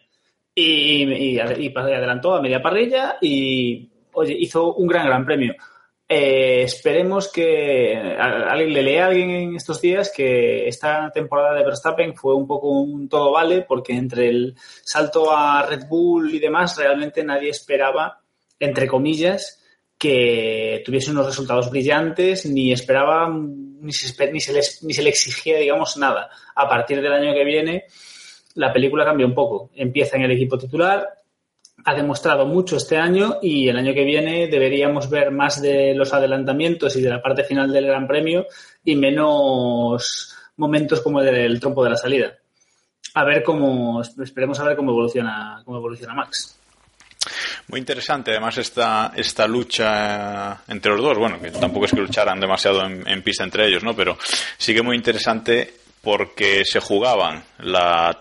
Y adelantó a media parrilla y, oye, hizo un gran premio. Esperemos que alguien le lea a alguien en estos días que esta temporada de Verstappen fue un poco un todo vale, porque entre el salto a Red Bull y demás realmente nadie esperaba, entre comillas, que tuviese unos resultados brillantes, ni esperaba ni se le exigía, digamos, nada. A partir del año que viene la película cambia un poco. Empieza en el equipo titular, ha demostrado mucho este año y el año que viene deberíamos ver más de los adelantamientos y de la parte final del Gran Premio y menos momentos como el del trompo de la salida. Esperemos a ver cómo evoluciona Max. Muy interesante, además, esta lucha entre los dos. Bueno, que tampoco es que lucharan demasiado en pista entre ellos, ¿no? Pero sí que muy interesante porque se jugaban la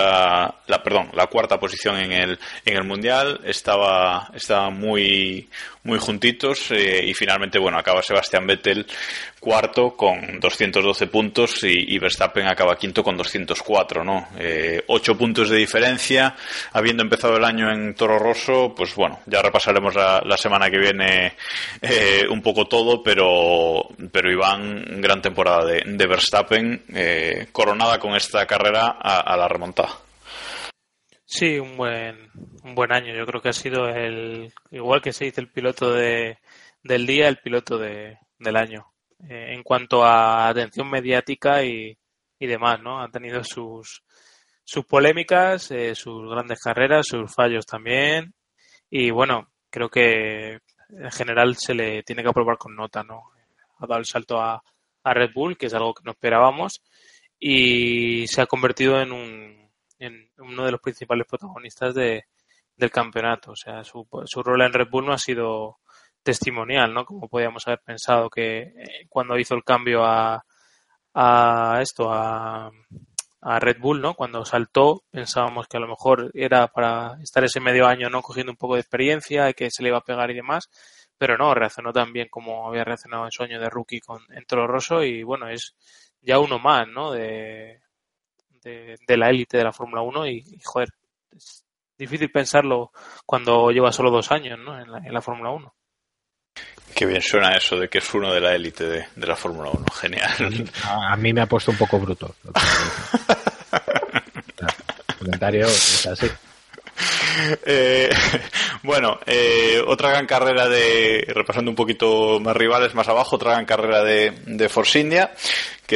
cuarta posición en el Mundial, estaban muy juntitos y finalmente, bueno, acaba Sebastián Vettel cuarto con 212 puntos y Verstappen acaba quinto con 204, ¿no? 8 puntos de diferencia, habiendo empezado el año en Toro Rosso, pues bueno, ya repasaremos la semana que viene un poco todo, pero Iván, gran temporada de Verstappen, coronada con esta carrera a la remontada. Sí, un buen año. Yo creo que ha sido igual que se dice el piloto del día, el piloto del año. En cuanto a atención mediática y demás, ¿no? Han tenido sus polémicas, sus grandes carreras, sus fallos también. Y bueno, creo que en general se le tiene que aprobar con nota, ¿no? Ha dado el salto a Red Bull, que es algo que no esperábamos, y se ha convertido en uno de los principales protagonistas del campeonato. O sea, su rol en Red Bull no ha sido testimonial, ¿no? Como podíamos haber pensado que cuando hizo el cambio a Red Bull, ¿no? Cuando saltó, pensábamos que a lo mejor era para estar ese medio año, ¿no? Cogiendo un poco de experiencia y que se le iba a pegar y demás, pero no, reaccionó tan bien como había reaccionado en su año de rookie en Toro Rosso y bueno, es ya uno más, ¿no? De la élite de la Fórmula 1 y joder, es difícil pensarlo cuando lleva solo 2 años, ¿no? En la Fórmula 1. Qué bien suena eso de que es uno de la élite de la Fórmula 1. Genial. A mí me ha puesto un poco bruto. El comentario es así. Bueno, otra gran carrera repasando un poquito más rivales más abajo, otra gran carrera de Force India, que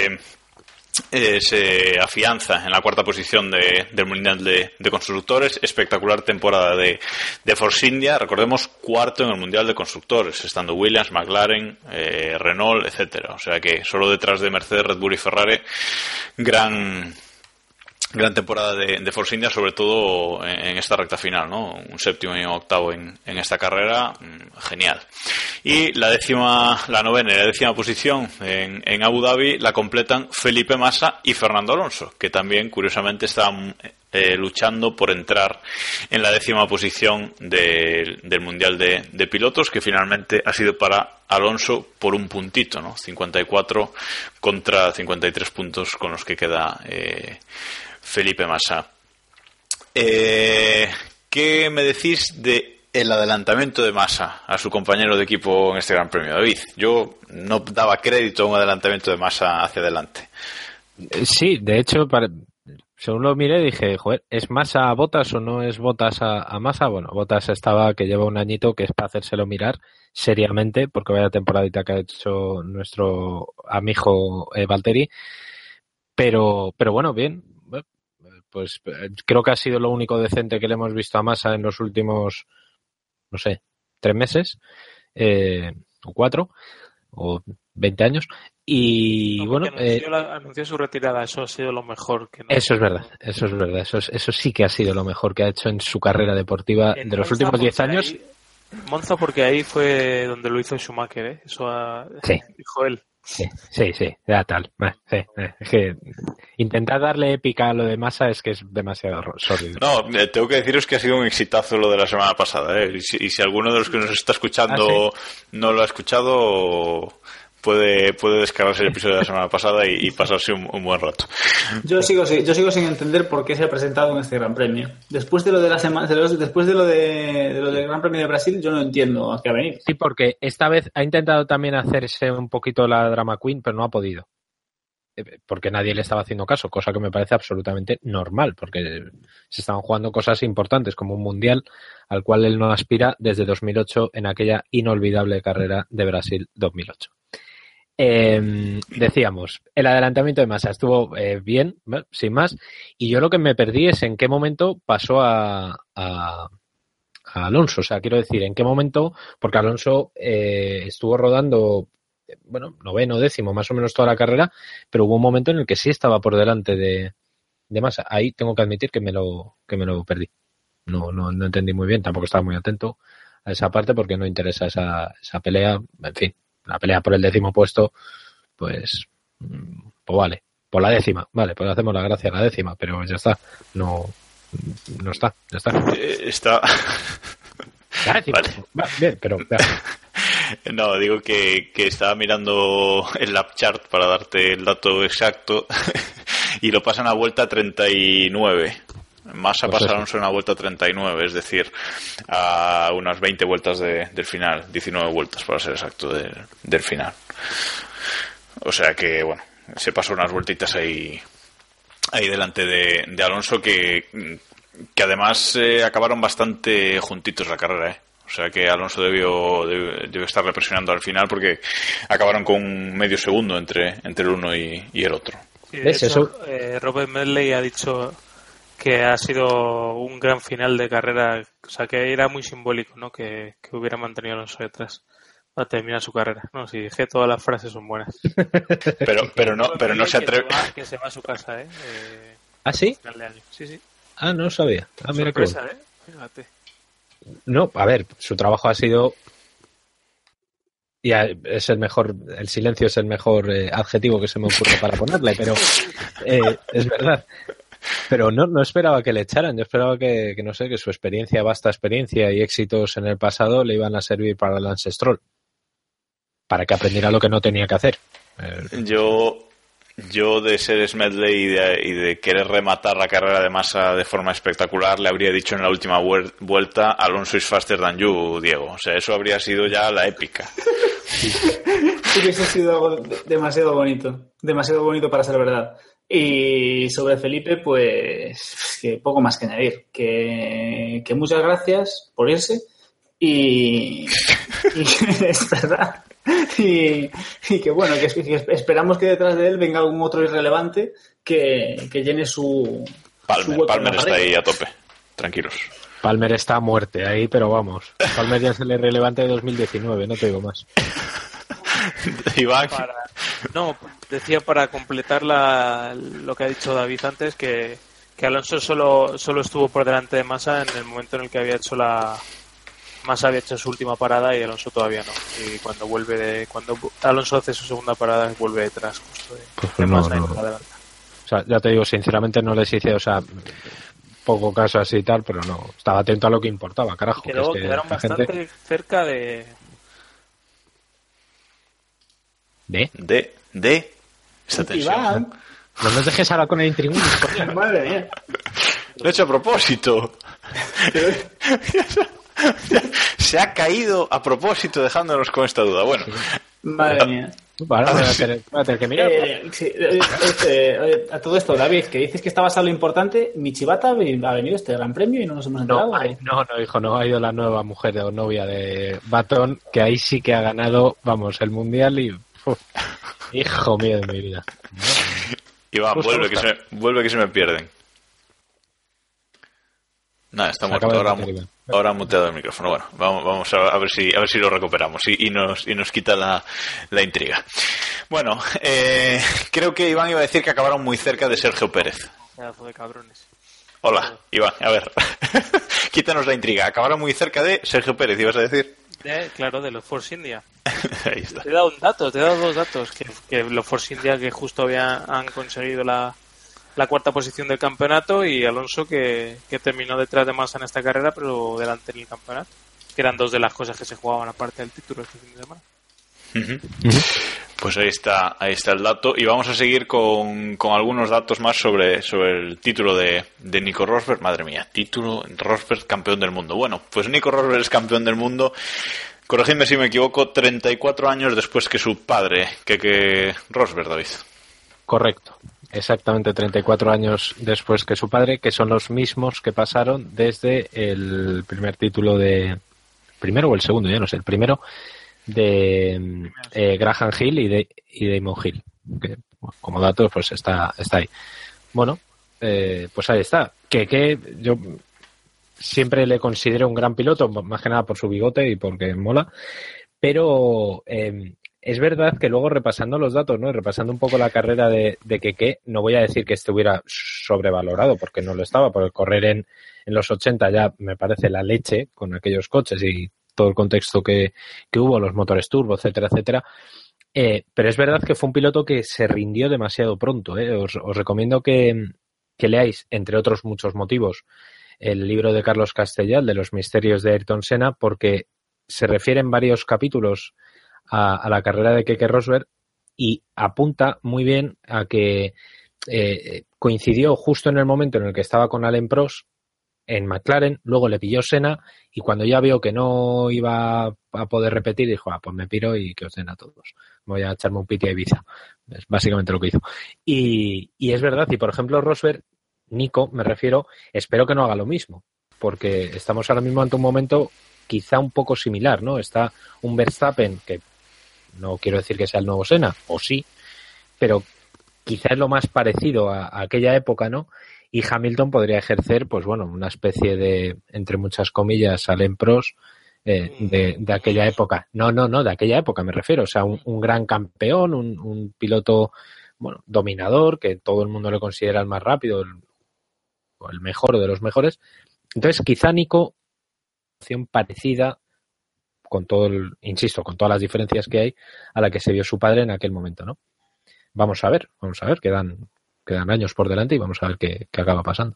se afianza en la cuarta posición del Mundial de Constructores. Espectacular temporada de Force India, recordemos, cuarto en el Mundial de Constructores, estando Williams, McLaren, Renault, etcétera. O sea que solo detrás de Mercedes, Red Bull y Ferrari, gran temporada de Force India, sobre todo en esta recta final, ¿no? Un séptimo y un octavo en esta carrera, genial. Y la novena y la décima posición en Abu Dhabi la completan Felipe Massa y Fernando Alonso, que también curiosamente estaban luchando por entrar en la décima posición del Mundial de Pilotos, que finalmente ha sido para Alonso por un puntito, ¿no? 54 contra 53 puntos con los que queda Felipe Massa. ¿Qué me decís de el adelantamiento de Massa a su compañero de equipo en este Gran Premio, David? Yo no daba crédito a un adelantamiento de Massa hacia adelante. Sí, de hecho, según lo miré dije, joder, ¿es Massa a Bottas o no es Bottas a Massa? Bueno, Bottas estaba, que lleva un añito, que es para hacérselo mirar seriamente, porque vaya temporadita que ha hecho nuestro amigo Valtteri. Pero bueno, bien. Pues creo que ha sido lo único decente que le hemos visto a Massa en los últimos, no sé, 3 meses, o 4, o 20 años. Y bueno, anunció su retirada, eso ha sido lo mejor que no. Eso es verdad, eso sí que ha sido lo mejor que ha hecho en su carrera deportiva de los últimos 10 años. Monza, porque ahí fue donde lo hizo Schumacher, eso dijo él. Sí, ya tal. Es que intentar darle épica a lo de Massa es que es demasiado sórdido. No, tengo que deciros que ha sido un exitazo lo de la semana pasada, ¿eh? Y si alguno de los que nos está escuchando no lo ha escuchado, puede descargarse el episodio de la semana pasada y pasarse un buen rato. Yo sigo sin entender por qué se ha presentado en este Gran Premio. Después de lo de la semana, después de lo del Gran Premio de Brasil, yo no entiendo a qué ha venido. Sí, porque esta vez ha intentado también hacerse un poquito la drama queen, pero no ha podido. Porque nadie le estaba haciendo caso, cosa que me parece absolutamente normal, porque se estaban jugando cosas importantes como un mundial al cual él no aspira desde 2008 en aquella inolvidable carrera de Brasil 2008. Decíamos, el adelantamiento de Massa estuvo bien, sin más, y yo lo que me perdí es en qué momento pasó a Alonso. O sea, quiero decir, en qué momento, porque Alonso estuvo rodando, bueno, 9º, 10º, más o menos toda la carrera, pero hubo un momento en el que sí estaba por delante de Massa. Ahí tengo que admitir que me lo perdí. No entendí muy bien, tampoco estaba muy atento a esa parte porque no interesa esa pelea, en fin. La pelea por el 10º puesto, pues vale, por la 10ª, vale, pues hacemos la gracia a la 10ª, pero ya está, no está, ya está. Está. La 10ª, vale. Bien, pero. No, digo que estaba mirando el lap chart para darte el dato exacto y lo pasan a vuelta 39. Massa pues pasaron una vuelta 39, es decir, a unas 20 vueltas del final, 19 vueltas para ser exacto del final. O sea que, bueno, se pasó unas vueltitas ahí delante de Alonso que además acabaron bastante juntitos la carrera, ¿eh? O sea que Alonso debió estar represionando al final porque acabaron con medio segundo entre el uno y el otro. Sí, de hecho, Robert Medley ha dicho que ha sido un gran final de carrera, o sea que era muy simbólico, ¿no? Que hubiera mantenido Alonso detrás para terminar su carrera. No, si dije todas las frases son buenas. pero no se atreve. Que se va a su casa, ¿eh? ¿Ah, sí? Final de año. Sí. Ah, no lo sabía. Ah, mira sorpresa, qué bueno. Fíjate. No, a ver, su trabajo ha sido. Ya es el silencio es el mejor adjetivo que se me ocurre para ponerle, pero es verdad. Pero no esperaba que le echaran. Yo esperaba que no sé, que su vasta experiencia y éxitos en el pasado le iban a servir para Lance Stroll, para que aprendiera lo que no tenía que hacer. Yo de ser Smedley y de querer rematar la carrera de Massa de forma espectacular, le habría dicho en la última vuelta: Alonso is faster than you, Diego. O sea, eso habría sido ya la épica. Hubiese sido algo demasiado bonito para ser verdad. Y sobre Felipe, pues que poco más que añadir. Que muchas gracias por irse y es verdad. Y que bueno, que esperamos que detrás de él venga algún otro irrelevante que llene su Palmer está ahí a tope, tranquilos. Palmer está a muerte ahí, pero vamos, Palmer ya es el irrelevante de 2019, no te digo más. Iván. Decía para completar lo que ha dicho David antes, que Alonso solo estuvo por delante de Massa en el momento en el que Massa había hecho su última parada y Alonso todavía no. Y cuando Alonso hace su segunda parada, vuelve detrás justo de Massa y no adelanta. O sea, ya te digo, sinceramente no les hice, poco caso así y tal, pero no, estaba atento a lo que importaba, carajo. Quedaron bastante cerca de esa tensión. Iván. No nos dejes ahora con el intrigún. Madre mía. Lo he hecho a propósito. Se ha caído a propósito dejándonos con esta duda. Bueno. Madre mía. Vale, voy a tener que mirar. A todo esto, David, que dices que estabas a lo importante, Michibata ha venido este Gran Premio y no nos hemos enterado. No, hijo, no. Ha ido la nueva mujer o novia de Baton, que ahí sí que ha ganado, vamos, el Mundial y... hijo mío de mi vida. Iván, vuelve que se me pierden. Nada, está muerto. Ahora ha muteado el micrófono. Bueno, vamos a ver si lo recuperamos y nos quita la intriga. Bueno, creo que Iván iba a decir que acabaron muy cerca de Sergio Pérez. Pedazo de cabrones. Hola, Iván, a ver. Quítanos la intriga. Acabaron muy cerca de Sergio Pérez, ¿ibas a decir? Claro, de los Force India. Ahí está. Te he dado dos datos. Que los Force India que justo han conseguido la cuarta posición del campeonato, y Alonso que terminó detrás de Massa en esta carrera, pero delante en el campeonato. Que eran dos de las cosas que se jugaban aparte del título este fin de semana. Pues ahí está el dato, y vamos a seguir con algunos datos más sobre el título de Nico Rosberg. Madre mía, título Rosberg campeón del mundo. Bueno, pues Nico Rosberg es campeón del mundo, corregidme si me equivoco, 34 años después que su padre, que Rosberg, David. Correcto, exactamente 34 años después que su padre, que son los mismos que pasaron desde el primer título primero o el segundo, ya no sé, el primero de Graham Hill y Damon Hill, que como datos pues está ahí. Bueno, pues ahí está, que yo siempre le considero un gran piloto, más que nada por su bigote y porque mola, pero es verdad que luego repasando los datos, ¿no? Y repasando un poco la carrera de Keke, no voy a decir que estuviera sobrevalorado, porque no lo estaba, porque correr en los 80 ya me parece la leche con aquellos coches y todo el contexto que hubo, los motores turbo, etcétera, etcétera. Pero es verdad que fue un piloto que se rindió demasiado pronto. Os recomiendo que leáis, entre otros muchos motivos, el libro de Carlos Castellal de los misterios de Ayrton Senna, porque se refiere en varios capítulos a la carrera de Keke Rosberg y apunta muy bien a que coincidió justo en el momento en el que estaba con Alain Prost en McLaren, luego le pilló Senna y cuando ya vio que no iba a poder repetir, dijo, pues me piro y que os den a todos. Voy a echarme un piti a Ibiza. Es básicamente lo que hizo. Y es verdad, y por ejemplo Rosberg, Nico, me refiero, espero que no haga lo mismo, porque estamos ahora mismo ante un momento quizá un poco similar, ¿no? Está un Verstappen, que no quiero decir que sea el nuevo Senna, o sí, pero quizá es lo más parecido a aquella época, ¿no? Y Hamilton podría ejercer, pues bueno, una especie de, entre muchas comillas, Alain Prost de aquella época. No, de aquella época me refiero. O sea, un gran campeón, un piloto, bueno, dominador, que todo el mundo le considera el más rápido, el mejor de los mejores. Entonces, quizá Nico, opción parecida, con todo insisto, con todas las diferencias que hay, a la que se vio su padre en aquel momento, ¿no? Vamos a ver, quedan años por delante y vamos a ver qué acaba pasando.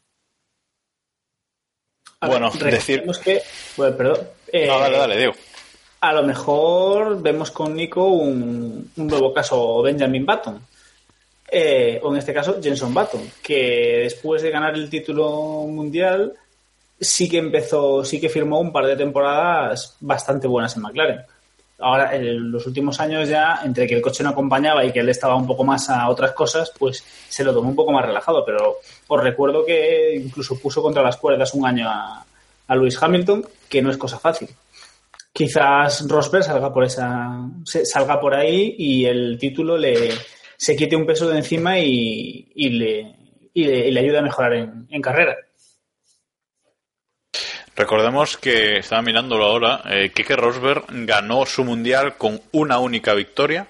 Bueno, decimos que... Bueno, perdón. Dale, Diego. A lo mejor vemos con Nico un nuevo caso Benjamin Button. O en este caso Jenson Button, que después de ganar el título mundial sí que firmó un par de temporadas bastante buenas en McLaren. Ahora, en los últimos años ya, entre que el coche no acompañaba y que él estaba un poco más a otras cosas, pues se lo tomó un poco más relajado. Pero os recuerdo que incluso puso contra las cuerdas un año a Lewis Hamilton, que no es cosa fácil. Quizás Rosberg salga por ahí y el título se quite un peso de encima y le ayude a mejorar en carrera. Recordemos que, estaba mirándolo ahora, Keke Rosberg ganó su mundial con una única victoria.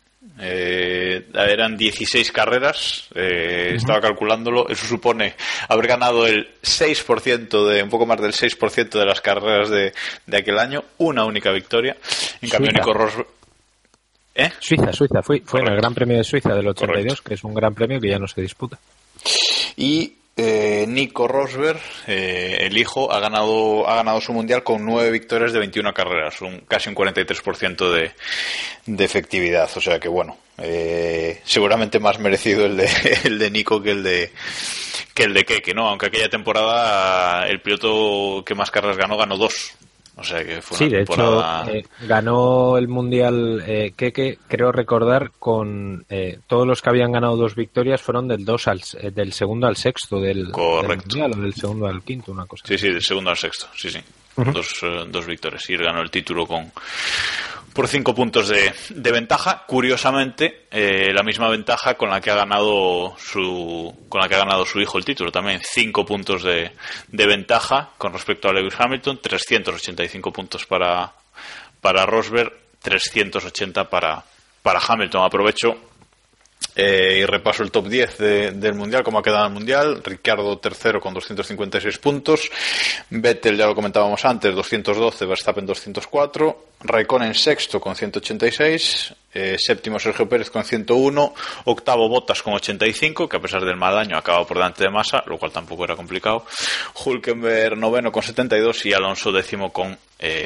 Eran 16 carreras, estaba calculándolo, eso supone haber ganado el 6% un poco más del 6% de las carreras de aquel año, una única victoria. En cambio, Nico Rosberg... Suiza, fue en el Gran Premio de Suiza del 82, correcto, que es un gran premio que ya no se disputa. Y Nico Rosberg, el hijo, ha ganado su mundial con 9 victorias de 21 carreras, casi un 43% de efectividad. O sea que bueno, seguramente más merecido el de Nico que el de Keke, ¿no? Aunque aquella temporada el piloto que más carreras ganó 2. O sea que fue sí, una de temporada... hecho, ganó el Mundial Keke, creo recordar, con todos los que habían ganado 2 victorias fueron del segundo al sexto del Mundial, o del segundo al quinto, una cosa. Sí, del segundo al sexto, sí. Uh-huh. Dos victorias. Y él ganó el título por 5 puntos de ventaja. Curiosamente, la misma ventaja con la que ha ganado su hijo el título. También 5 puntos de ventaja con respecto a Lewis Hamilton. 385 puntos para Rosberg, 380 para Hamilton. Aprovecho y repaso el top 10 del Mundial, como ha quedado el Mundial. Ricciardo tercero con 256 puntos. Vettel, ya lo comentábamos antes, 212. Verstappen 204. Raikkonen sexto con 186. Séptimo Sergio Pérez con 101. Octavo Bottas con 85, que a pesar del mal año ha acabado por delante de Massa, lo cual tampoco era complicado. Hülkenberg noveno con 72 y Alonso décimo con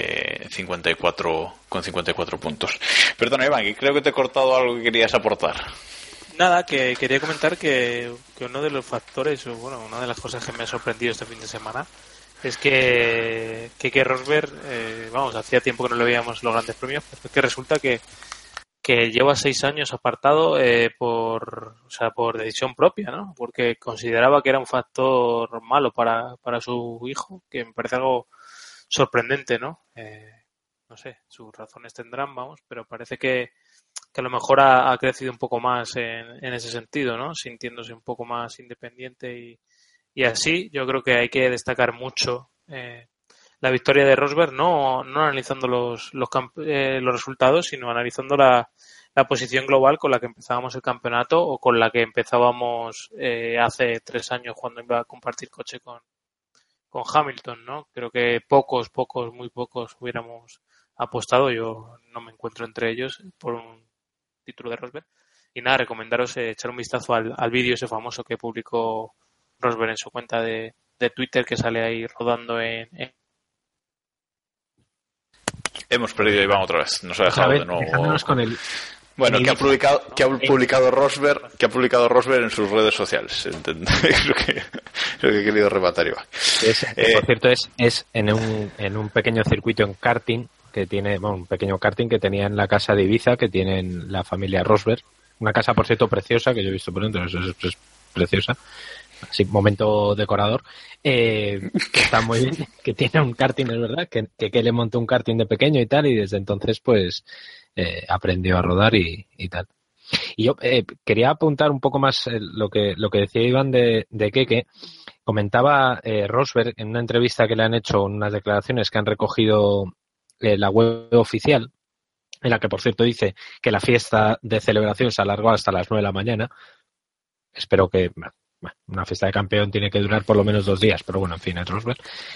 54 puntos. Perdona, Iván, que creo que te he cortado algo que querías aportar. Nada, que quería comentar que uno de los factores, o bueno, una de las cosas que me ha sorprendido este fin de semana es que Rosberg, hacía tiempo que no le veíamos en los grandes premios, pero es que resulta que lleva 6 años apartado por decisión propia, ¿no? Porque consideraba que era un factor malo para su hijo, que me parece algo sorprendente, ¿no? No sé, sus razones tendrán, pero parece que a lo mejor ha crecido un poco más en ese sentido, ¿no? Sintiéndose un poco más independiente y así. Yo creo que hay que destacar mucho la victoria de Rosberg, no analizando los resultados, sino analizando la posición global con la que empezábamos el campeonato o con la que empezábamos hace 3 años cuando iba a compartir coche con Hamilton, ¿no? Creo que muy pocos hubiéramos apostado, yo no me encuentro entre ellos, por un título de Rosberg. Y nada, recomendaros echar un vistazo al vídeo ese famoso que publicó Rosberg en su cuenta de Twitter, que sale ahí rodando en... Hemos perdido a Iván otra vez, nos ha dejado de nuevo. Dejándonos con el... Bueno, que ha publicado Rosberg en sus redes sociales. Es lo que he querido rematar, Iván. Por cierto, es en un pequeño circuito en karting que tiene, un pequeño karting que tenía en la casa de Ibiza, que tienen la familia Rosberg. Una casa, por cierto, preciosa, que yo he visto por dentro, es preciosa. Así, momento decorador. Que está muy bien, que tiene un karting, es verdad, que le montó un karting de pequeño y tal, y desde entonces, pues, aprendió a rodar y tal. Y yo quería apuntar un poco más lo que decía Iván de Keke. Comentaba Rosberg en una entrevista que le han hecho, unas declaraciones que han recogido la web oficial, en la que, por cierto, dice que la fiesta de celebración se alargó hasta las 9 de la mañana. Espero que... una fiesta de campeón tiene que durar por lo menos 2 días, pero bueno, en fin, es Rosberg.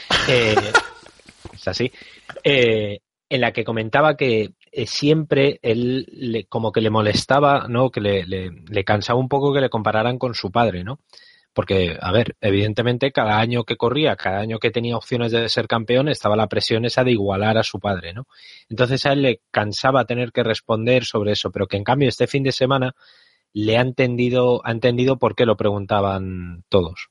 Es así. En la que comentaba que siempre él como que le molestaba, ¿no? Que le cansaba un poco que le compararan con su padre, ¿no? Porque, a ver, evidentemente cada año que corría, cada año que tenía opciones de ser campeón, estaba la presión esa de igualar a su padre, ¿no? Entonces a él le cansaba tener que responder sobre eso, pero que en cambio este fin de semana ha entendido por qué lo preguntaban todos.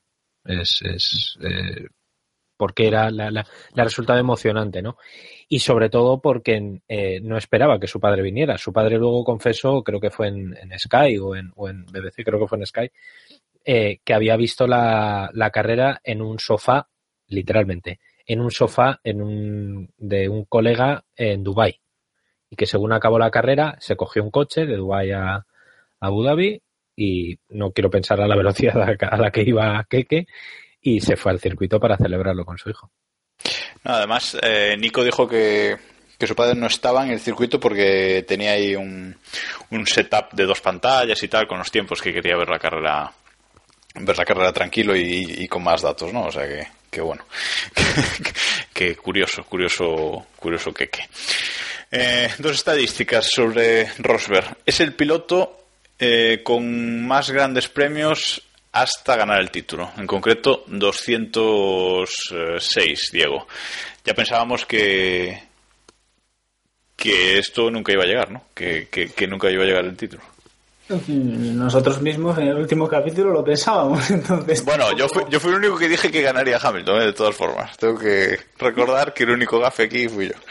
Porque le ha resultado emocionante, ¿no? Y sobre todo porque no esperaba que su padre viniera. Su padre luego confesó, creo que fue en Sky o en BBC, creo que fue en Sky, que había visto la carrera en un sofá, literalmente, en un sofá de un colega en Dubái. Y que según acabó la carrera, se cogió un coche de Dubái a Abu Dhabi y no quiero pensar a la velocidad a la que iba Keke y se fue al circuito para celebrarlo con su hijo. No, además, Nico dijo que su padre no estaba en el circuito porque tenía ahí un setup de 2 pantallas y tal, con los tiempos, que quería ver la carrera tranquilo y con más datos, ¿no? O sea que bueno, que curioso Keke. 2 estadísticas sobre Rosberg. Es el piloto con más grandes premios hasta ganar el título. En concreto, 206, Diego. Ya pensábamos que esto nunca iba a llegar, ¿no? Que nunca iba a llegar el título. Nosotros mismos en el último capítulo lo pensábamos, entonces... Bueno, yo fui el único que dije que ganaría Hamilton, de todas formas. Tengo que recordar que el único gafe aquí fui yo.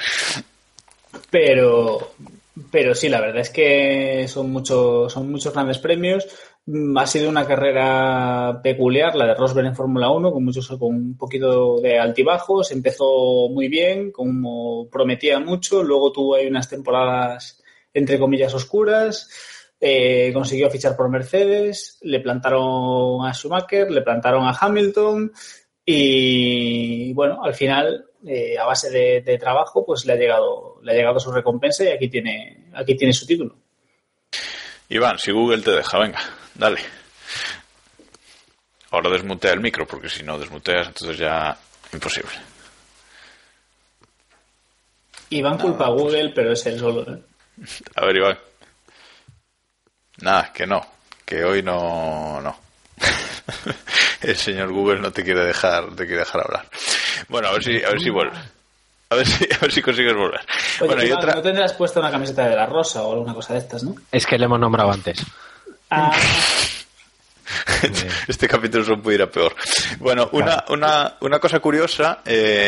Pero sí, la verdad es que son muchos grandes premios. Ha sido una carrera peculiar, la de Rosberg en Fórmula 1, con un poquito de altibajos. Empezó muy bien, como prometía mucho. Luego tuvo ahí unas temporadas, entre comillas, oscuras. Consiguió fichar por Mercedes. Le plantaron a Schumacher, le plantaron a Hamilton. Y bueno, al final, a base de trabajo, pues le ha llegado su recompensa y aquí tiene su título. Iván, si Google te deja, venga, dale. Ahora desmutea el micro, porque si no desmuteas, entonces ya imposible. Iván culpa a Google, pero es él solo, ¿eh? A ver, Iván. Nada, que no, que hoy no. El señor Google no te quiere dejar hablar. Bueno, a ver si vuelve. A ver si consigues volver. Oye, bueno, Iván, y otra... ¿no tendrás puesta una camiseta de la Rosa o alguna cosa de estas, no? Es que le hemos nombrado antes. Este capítulo se puede ir a peor. Bueno, una cosa curiosa.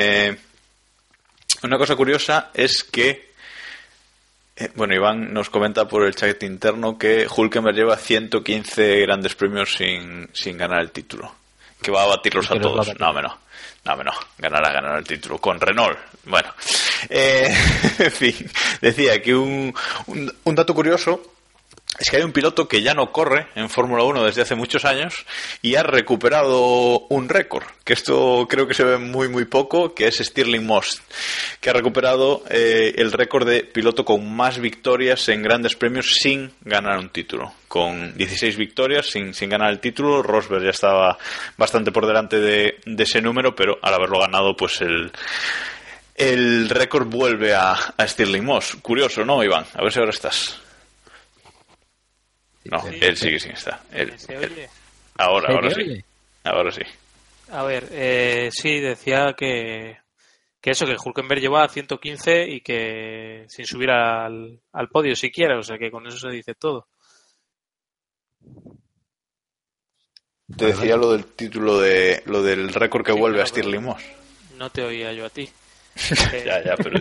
Una cosa curiosa es que bueno, Iván nos comenta por el chat interno que Hülkenberg lleva 115 grandes premios sin ganar el título, que va a batirlos a todos. No, ganará el título con Renault. Bueno, en fin, decía que un dato curioso es que hay un piloto que ya no corre en Fórmula 1 desde hace muchos años y ha recuperado un récord, que esto creo que se ve muy muy poco, que es Stirling Moss, que ha recuperado el récord de piloto con más victorias en grandes premios sin ganar un título, con 16 victorias sin ganar el título. Rosberg ya estaba bastante por delante de ese número, pero al haberlo ganado, pues el récord vuelve a Stirling Moss. Curioso, ¿no, Iván? A ver si ahora estás. No, él sigue sin estar. ¿Se oye? Ahora sí. Ahora sí. A ver, sí, decía que eso, que Hülkenberg lleva 115 y que sin subir al podio siquiera, o sea que con eso se dice todo. Te decía lo del título lo del récord que vuelve a Stirling Moss. No te oía yo a ti. Ya, pero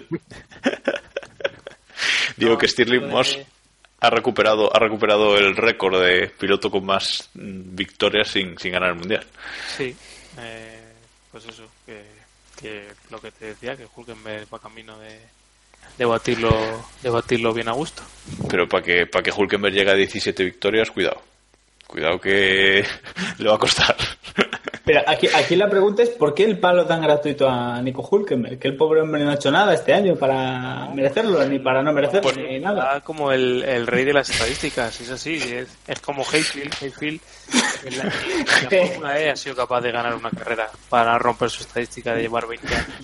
digo que Stirling Moss ha recuperado el récord de piloto con más victorias sin ganar el mundial. Sí, pues eso, que lo que te decía, que Hülkenberg va camino de batirlo bien a gusto. Pero para que Hülkenberg llegue a 17 victorias, cuidado que le va a costar. Pero aquí la pregunta es ¿por qué el palo tan gratuito a Nico Hülkenberg? Que el pobre hombre no ha hecho nada este año para merecerlo, ni para no merecerlo, pues, ni nada. Como el rey de las estadísticas, es así, es como Hayfield en la Fórmula E ha sido capaz de ganar una carrera para romper su estadística de llevar 20 años.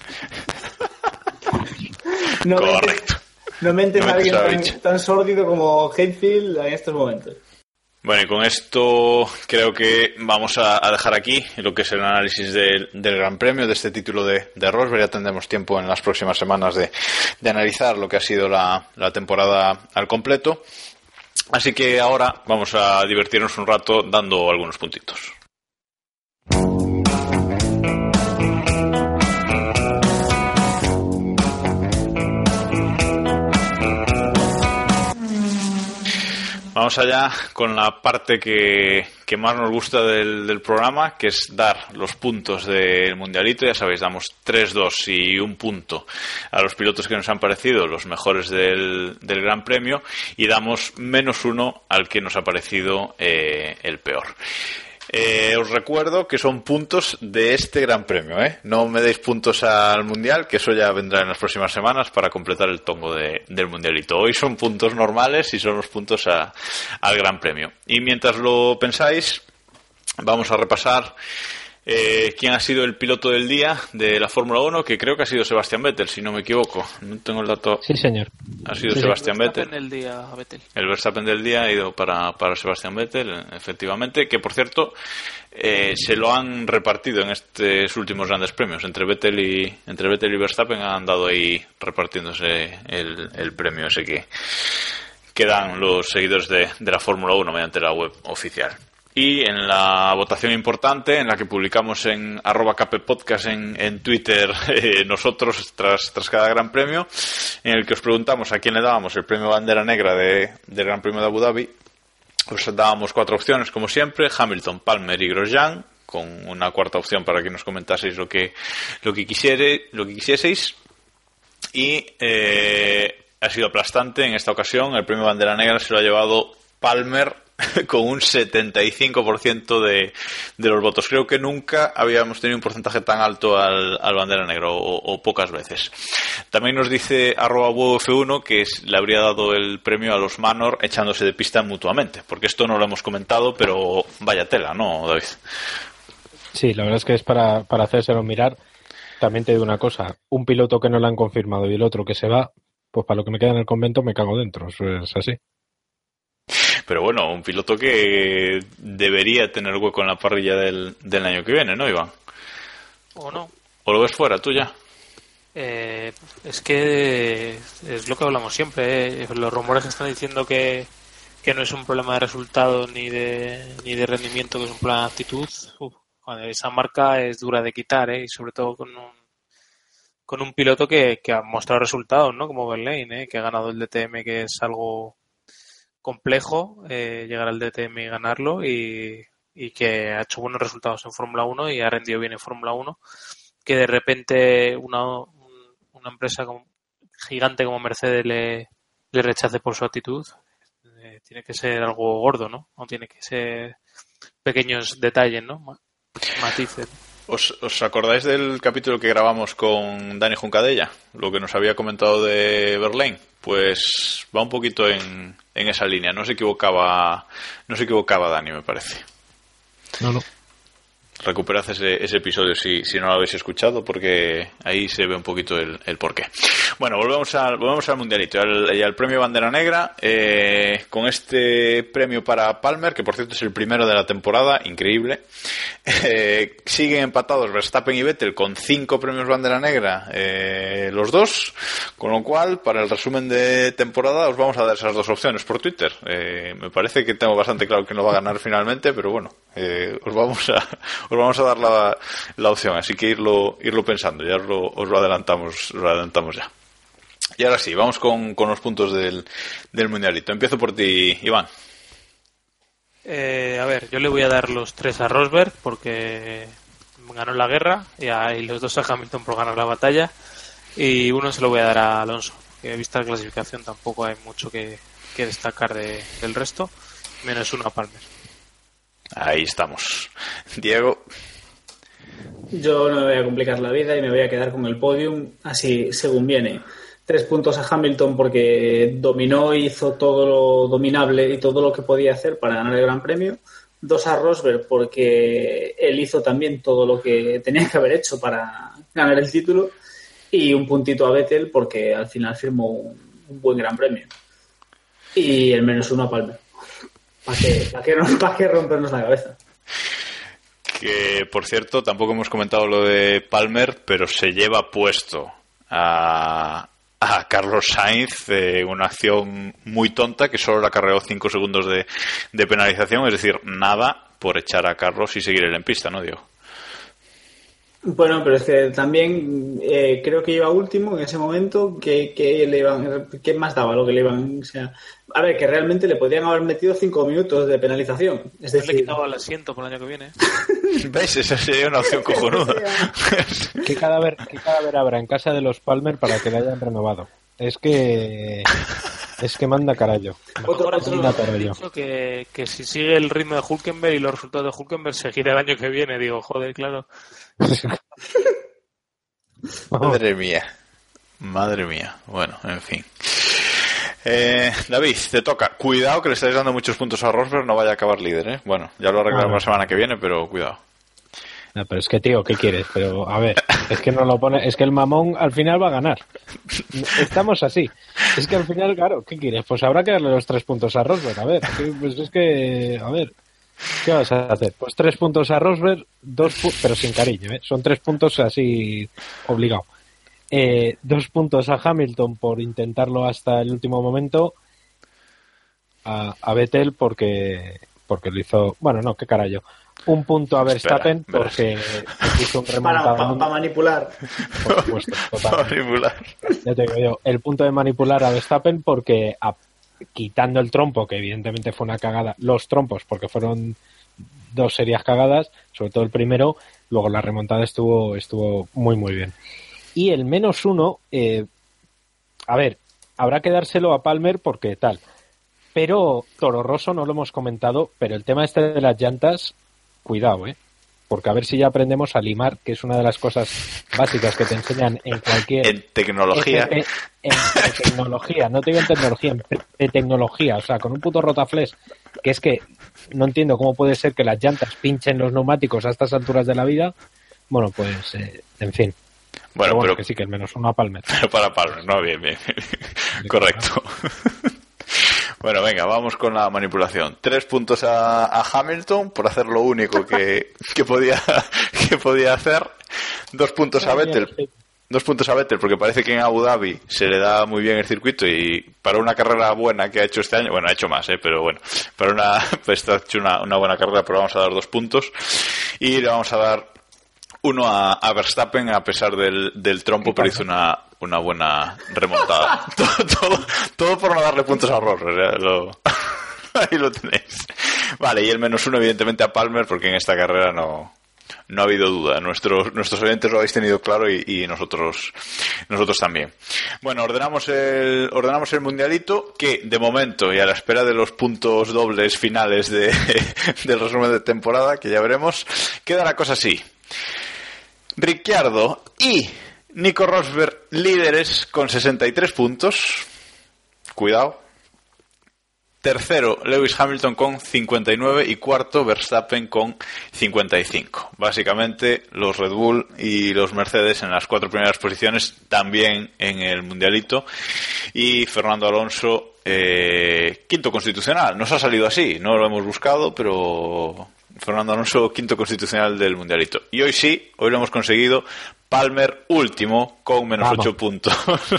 Correcto. No mentes a alguien tan sórdido como Hayfield en estos momentos. Bueno, y con esto creo que vamos a dejar aquí lo que es el análisis del Gran Premio, de este título de Rosberg. Ya tendremos tiempo en las próximas semanas de analizar lo que ha sido la temporada al completo. Así que ahora vamos a divertirnos un rato dando algunos puntitos. Vamos allá con la parte que más nos gusta del programa, que es dar los puntos del Mundialito. Ya sabéis, damos 3-2 y un punto a los pilotos que nos han parecido los mejores del Gran Premio y damos -1 al que nos ha parecido el peor. Os recuerdo que son puntos de este Gran Premio, ¿eh? No me deis puntos al Mundial, que eso ya vendrá en las próximas semanas para completar el tongo del Mundialito. Hoy son puntos normales y son los puntos al Gran Premio. Y mientras lo pensáis, vamos a repasar quién ha sido el piloto del día de la Fórmula 1, que creo que ha sido Sebastián Vettel, si no me equivoco. No tengo el dato. Sí, señor. Ha sido Sebastián Vettel. El Verstappen del día ha ido para Sebastián Vettel, efectivamente, que por cierto se lo han repartido en estos últimos grandes premios. Entre Vettel y Verstappen han andado ahí repartiéndose el premio ese que que dan los seguidores de la Fórmula 1 mediante la web oficial. Y en la votación importante, en la que publicamos en @kppodcast en Twitter nosotros tras cada Gran Premio, en el que os preguntamos a quién le dábamos el premio Bandera Negra del Gran Premio de Abu Dhabi, os dábamos 4 opciones como siempre: Hamilton, Palmer y Grosjean, con una cuarta opción para que nos comentaseis lo que quisieseis. Y ha sido aplastante en esta ocasión. El premio Bandera Negra se lo ha llevado Palmer con un 75% de los votos. Creo que nunca habíamos tenido un porcentaje tan alto al Bandera Negra, o pocas veces. También nos dice @WF1 que le habría dado el premio a los Manor echándose de pista mutuamente, porque esto no lo hemos comentado, pero vaya tela, ¿no, David? Sí, la verdad es que es para hacérselo mirar. También te digo una cosa: un piloto que no le han confirmado y el otro que se va, pues para lo que me queda en el convento me cago dentro. Eso es así. Pero bueno, un piloto que debería tener hueco en la parrilla del año que viene, ¿no, Iván? ¿O no? ¿O lo ves fuera, tú ya? Es que es lo que hablamos siempre, los rumores que están diciendo que no es un problema de resultado ni de rendimiento, que es un problema de actitud. Esa marca es dura de quitar, y sobre todo con un piloto que ha mostrado resultados, ¿no? Como Verlaine, que ha ganado el DTM, que es algo complejo, llegar al DTM y ganarlo, y que ha hecho buenos resultados en Fórmula 1 y ha rendido bien en Fórmula 1, que de repente una empresa gigante como Mercedes le rechace por su actitud, tiene que ser algo gordo, ¿no? O tiene que ser pequeños detalles, ¿no? Matices. ¿Os acordáis del capítulo que grabamos con Dani Juncadella? Lo que nos había comentado de Verlaine. Pues va un poquito en esa línea. No se equivocaba Dani, me parece. No. Recuperad ese episodio si no lo habéis escuchado, porque ahí se ve un poquito el porqué. Bueno, volvemos al mundialito y al premio Bandera Negra, con este premio para Palmer, que por cierto es el primero de la temporada, increíble. Siguen empatados Verstappen y Vettel con 5 premios Bandera Negra, los dos, con lo cual para el resumen de temporada os vamos a dar esas 2 opciones por Twitter. Me parece que tengo bastante claro quién lo va a ganar finalmente, pero bueno, os vamos a dar la opción, así que irlo pensando, ya os lo adelantamos ya. Y ahora sí, vamos con los puntos del mundialito. Empiezo por ti, Iván. A ver, yo le voy a dar los 3 a Rosberg porque ganó la guerra, y los 2 a Hamilton por ganar la batalla, y uno se lo voy a dar a Alonso, que vista la clasificación tampoco hay mucho que destacar del resto, menos 1 a Palmer. Ahí estamos. Diego. Yo no me voy a complicar la vida y me voy a quedar con el podium así según viene. 3 puntos a Hamilton porque dominó, hizo todo lo dominable y todo lo que podía hacer para ganar el Gran Premio. 2 a Rosberg porque él hizo también todo lo que tenía que haber hecho para ganar el título. Y 1 puntito a Vettel porque al final firmó un buen Gran Premio. Y el menos 1 a Palmer. ¿Para qué rompernos la cabeza? Que, por cierto, tampoco hemos comentado lo de Palmer, pero se lleva puesto a Carlos Sainz, una acción muy tonta que solo le acarreó 5 segundos de penalización, es decir, nada por echar a Carlos y seguir él en pista, ¿no, Diego? Bueno, pero es que también creo que iba último en ese momento, ¿qué más daba lo que le iban? O sea, a ver, que realmente le podrían haber metido 5 minutos de penalización. Es decir, le quitaba el asiento por el año que viene. ¿Ves? Esa sería una opción cojonuda. ¿Qué cadáver habrá en casa de los Palmer para que le hayan renovado? Es que manda carallo. Dicho que si sigue el ritmo de Hülkenberg y los resultados de Hülkenberg seguirá el año que viene. Digo, joder, claro. Madre mía. Bueno, en fin. David, te toca. Cuidado que le estáis dando muchos puntos a Rosberg, no vaya a acabar líder, ¿eh? Bueno, ya lo arreglamos la semana que viene, pero cuidado. No, pero es que, tío, ¿qué quieres? Pero, a ver, es que no lo pone... Es que el mamón al final va a ganar. Estamos así. Es que al final, claro, ¿qué quieres? Pues habrá que darle los 3 puntos a Rosberg. A ver, pues es que... A ver, ¿qué vas a hacer? Pues 3 puntos a Rosberg, 2 puntos... Pero sin cariño, ¿eh? Son 3 puntos así obligado. 2 puntos a Hamilton por intentarlo hasta el último momento. a Vettel porque lo hizo... Bueno, no, qué carajo. Un punto a Verstappen porque hizo un remontado. Para manipular. Por supuesto, para manipular. Ya te digo yo, el punto de manipular a Verstappen porque quitando el trompo, que evidentemente fue una cagada, los trompos, porque fueron 2 serias cagadas, sobre todo el primero, luego la remontada estuvo muy muy bien. Y el -1, a ver, habrá que dárselo a Palmer porque tal, pero Toro Rosso no lo hemos comentado, pero el tema este de las llantas, cuidado, porque a ver si ya aprendemos a limar, que es una de las cosas básicas que te enseñan en cualquier... En tecnología. En tecnología, no te digo en tecnología, en tecnología, o sea, con un puto rotaflex, que es que no entiendo cómo puede ser que las llantas pinchen los neumáticos a estas alturas de la vida. Bueno, pues, en fin. Bueno, pero que sí, que el -1 a Palmer. Pero para Palmer, ¿no? Bien. Correcto. Bueno, venga, vamos con la manipulación. 3 puntos a Hamilton por hacer lo único que podía hacer. 2 puntos a Vettel. 2 puntos a Vettel porque parece que en Abu Dhabi se le da muy bien el circuito y para una carrera buena que ha hecho este año, bueno, ha hecho más, pero bueno, pues ha hecho una buena carrera, pero vamos a dar 2 puntos y le vamos a dar 1 a Verstappen a pesar del trompo, pero hizo una buena remontada. todo por no darle puntos a Rosberg, ahí lo tenéis. Vale, y el -1 evidentemente a Palmer porque en esta carrera no ha habido duda. Nuestros oyentes lo habéis tenido claro y nosotros también. Bueno, ordenamos el mundialito que de momento y a la espera de los puntos dobles finales del resumen de temporada, que ya veremos, queda la cosa así. Ricciardo y Nico Rosberg líderes con 63 puntos. Cuidado. Tercero, Lewis Hamilton con 59 y cuarto, Verstappen con 55. Básicamente, los Red Bull y los Mercedes en las 4 primeras posiciones, también en el mundialito. Y Fernando Alonso, quinto constitucional. Nos ha salido así, no lo hemos buscado, pero Fernando Alonso, quinto constitucional del mundialito. Y hoy sí, hoy lo hemos conseguido. Palmer último con -8 puntos.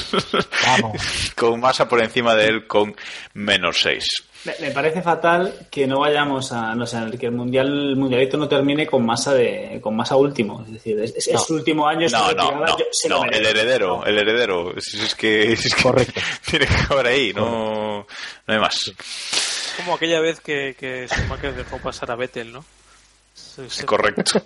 Con Massa por encima de él con -6. Me parece fatal que no vayamos que el mundialito no termine con Massa último. Es decir, es su último año. No, el heredero. Es que correcto. Tiene que acabar ahí, no hay más. Como aquella vez que Schumacher dejó pasar a Vettel, ¿no? Correcto.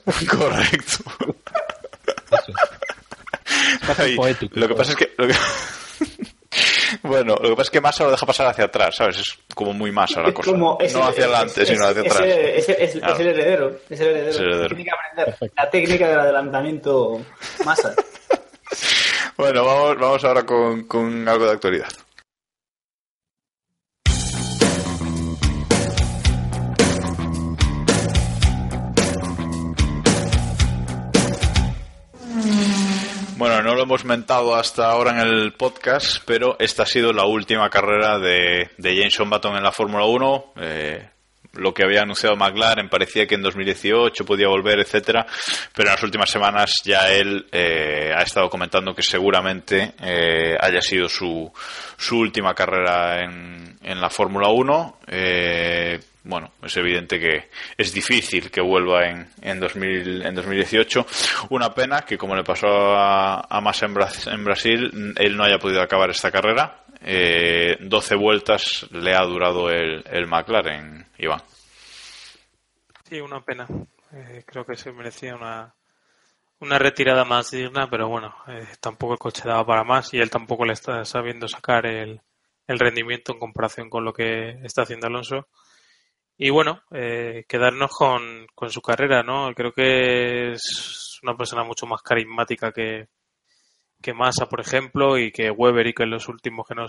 Ay, poético, lo que pasa es que bueno, lo que pasa es que Massa lo deja pasar hacia atrás, ¿sabes? Es como muy Massa la cosa. No hacia adelante, sino hacia atrás. Es el heredero. Tiene que aprender la técnica del adelantamiento Massa. Bueno, vamos ahora con algo de actualidad. Bueno, no lo hemos mentado hasta ahora en el podcast, pero esta ha sido la última carrera de Jenson Button en la Fórmula 1. Lo que había anunciado McLaren parecía que en 2018 podía volver, etcétera, pero en las últimas semanas ya él ha estado comentando que seguramente haya sido su última carrera en la Fórmula 1. Bueno, es evidente que es difícil que vuelva en 2018. Una pena que, como le pasó a Massa en Brasil, él no haya podido acabar esta carrera. 12 vueltas le ha durado el McLaren, Iván. Sí, una pena. Creo que se merecía una retirada más digna, pero bueno, tampoco el coche daba para más y él tampoco le está sabiendo sacar el rendimiento en comparación con lo que está haciendo Alonso. Y bueno, quedarnos con su carrera, ¿no? Creo que es una persona mucho más carismática que Massa, por ejemplo, y que Weber, y que los últimos que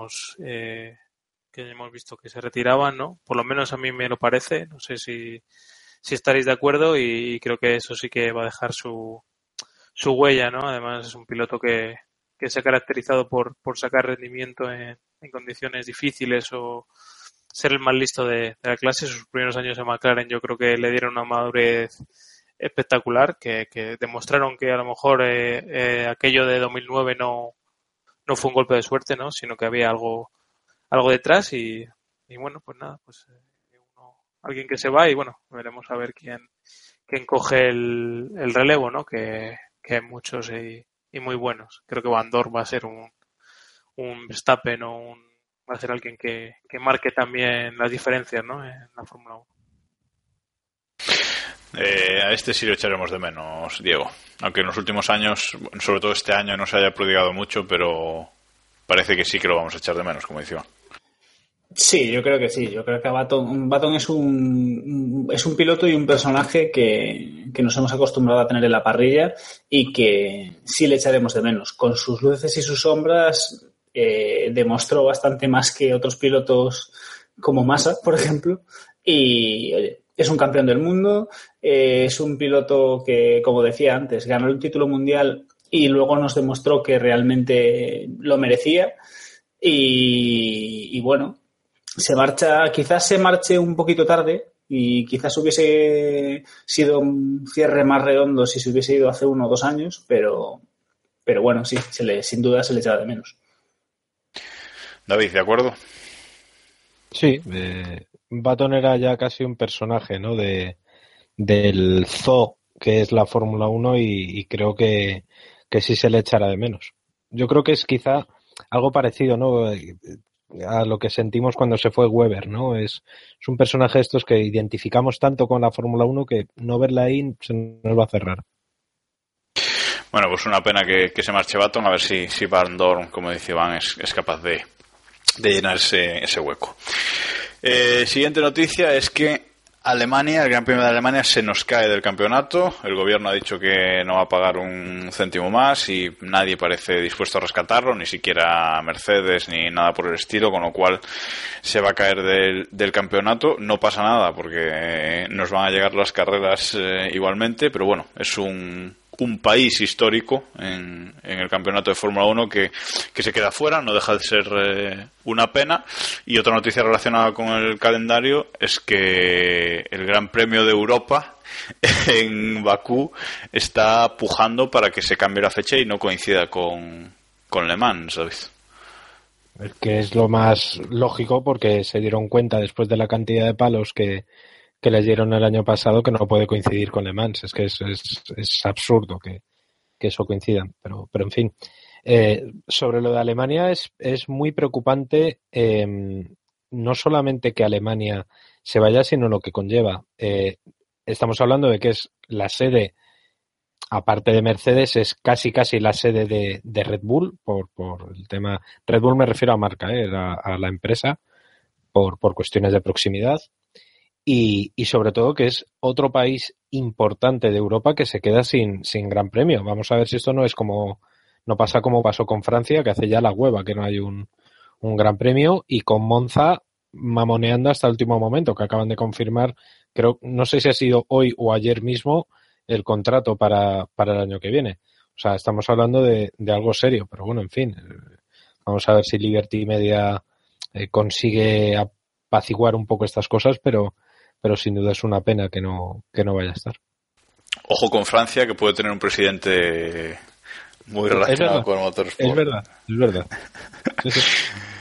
hemos visto que se retiraban, ¿no? Por lo menos a mí me lo parece. No sé si estaréis de acuerdo, y creo que eso sí que va a dejar su huella, ¿no? Además es un piloto que se ha caracterizado por sacar rendimiento en condiciones difíciles o ser el más listo de la clase. Sus primeros años en McLaren yo creo que le dieron una madurez espectacular, que demostraron que a lo mejor aquello de 2009 no fue un golpe de suerte, ¿no? Sino que había algo detrás, y bueno, pues nada, pues alguien que se va y bueno, veremos a ver quién coge el relevo, ¿no? Que hay muchos y muy buenos. Creo que Van Dorn va a ser un Verstappen va a ser alguien que marque también las diferencias, ¿no? En la Fórmula 1. A este sí lo echaremos de menos, Diego. Aunque en los últimos años, sobre todo este año, no se haya prodigado mucho, pero parece que sí que lo vamos a echar de menos, como decía. Sí, yo creo que sí. Yo creo que Button es un piloto y un personaje que nos hemos acostumbrado a tener en la parrilla y que sí le echaremos de menos. Con sus luces y sus sombras demostró bastante más que otros pilotos como Massa, por ejemplo. Y, oye, es un campeón del mundo, es un piloto que, como decía antes, ganó el título mundial y luego nos demostró que realmente lo merecía. Y bueno, quizás se marche un poquito tarde y quizás hubiese sido un cierre más redondo si se hubiese ido hace 1 o 2 años, pero bueno, sí, sin duda se le echaba de menos. David, ¿de acuerdo? Sí, Button era ya casi un personaje, ¿no? Del zoo que es la Fórmula 1 y creo que sí se le echará de menos. Yo creo que es quizá algo parecido, ¿no? A lo que sentimos cuando se fue Webber, ¿no? Es un personaje de estos que identificamos tanto con la Fórmula 1 que no verla ahí se nos va a hacer raro. Bueno, pues una pena que se marche Button, a ver si Van Dorn, como dice Iván, es capaz de llenar ese hueco. Siguiente noticia es que Alemania, el Gran Premio de Alemania se nos cae del campeonato. El gobierno ha dicho que no va a pagar un céntimo más y nadie parece dispuesto a rescatarlo, ni siquiera Mercedes ni nada por el estilo, con lo cual se va a caer del campeonato. No pasa nada porque nos van a llegar las carreras igualmente, pero bueno, es un país histórico en el campeonato de Fórmula 1 que se queda fuera, no deja de ser una pena. Y otra noticia relacionada con el calendario es que el Gran Premio de Europa en Bakú está pujando para que se cambie la fecha y no coincida con Le Mans, ¿sabes? Que es lo más lógico porque se dieron cuenta después de la cantidad de palos que les dieron el año pasado que no puede coincidir con Le Mans. Es que es absurdo que eso coincida. Pero en fin. Sobre lo de Alemania es muy preocupante no solamente que Alemania se vaya, sino lo que conlleva. Estamos hablando de que es la sede, aparte de Mercedes, es casi la sede de Red Bull por el tema. Red Bull me refiero a marca, a la empresa, por cuestiones de proximidad. Y sobre todo que es otro país importante de Europa que se queda sin gran premio. Vamos a ver si esto no pasa como pasó con Francia, que hace ya la hueva que no hay un gran premio, y con Monza mamoneando hasta el último momento, que acaban de confirmar, no sé si ha sido hoy o ayer mismo, el contrato para el año que viene. O sea, estamos hablando de algo serio, pero bueno, en fin, vamos a ver si Liberty Media consigue apaciguar un poco estas cosas, pero sin duda es una pena que no vaya a estar. Ojo con Francia, que puede tener un presidente muy relacionado con el motorsport. Es verdad. Sí, sí.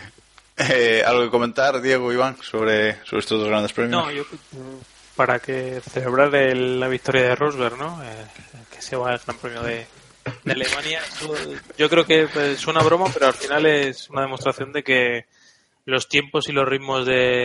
¿Algo que comentar, Diego, Iván, sobre estos dos grandes premios? No, yo para que celebrar la victoria de Rosberg, ¿no? Que se va al Gran Premio de Alemania. Yo creo que es una broma, pero al final es una demostración de que los tiempos y los ritmos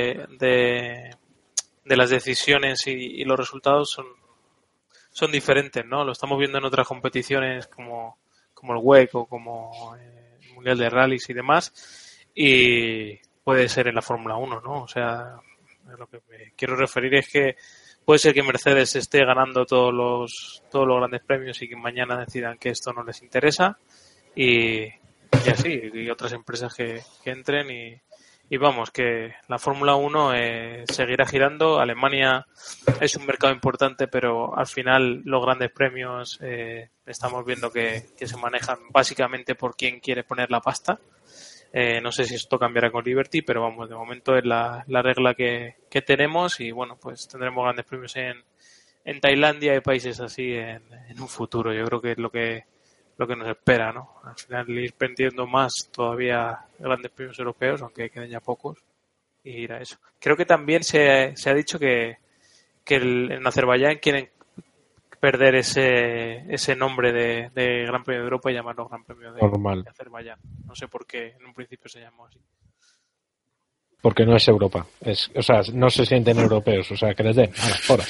de las decisiones y los resultados son diferentes, ¿no? Lo estamos viendo en otras competiciones como el WEC o como el Mundial de Rallys y demás, y puede ser en la Fórmula 1, ¿no? O sea, lo que me quiero referir es que puede ser que Mercedes esté ganando todos los grandes premios y que mañana decidan que esto no les interesa y así, y otras empresas que entren y vamos, que la Fórmula 1 seguirá girando. Alemania es un mercado importante, pero al final los grandes premios estamos viendo que se manejan básicamente por quien quiere poner la pasta. No sé si esto cambiará con Liberty, pero vamos, de momento es la regla que tenemos y bueno, pues tendremos grandes premios en Tailandia y países así en un futuro. Yo creo que es lo que nos espera, ¿no? Al final ir pendiendo más todavía grandes premios europeos, aunque queden ya pocos. ir a eso. Creo que también se ha dicho que en Azerbaiyán quieren perder ese nombre de Gran Premio de Europa y llamarlo Gran Premio de Azerbaiyán. No sé por qué en un principio se llamó así. Porque no es Europa. O sea, no se sienten europeos. O sea, que les den. Fuera.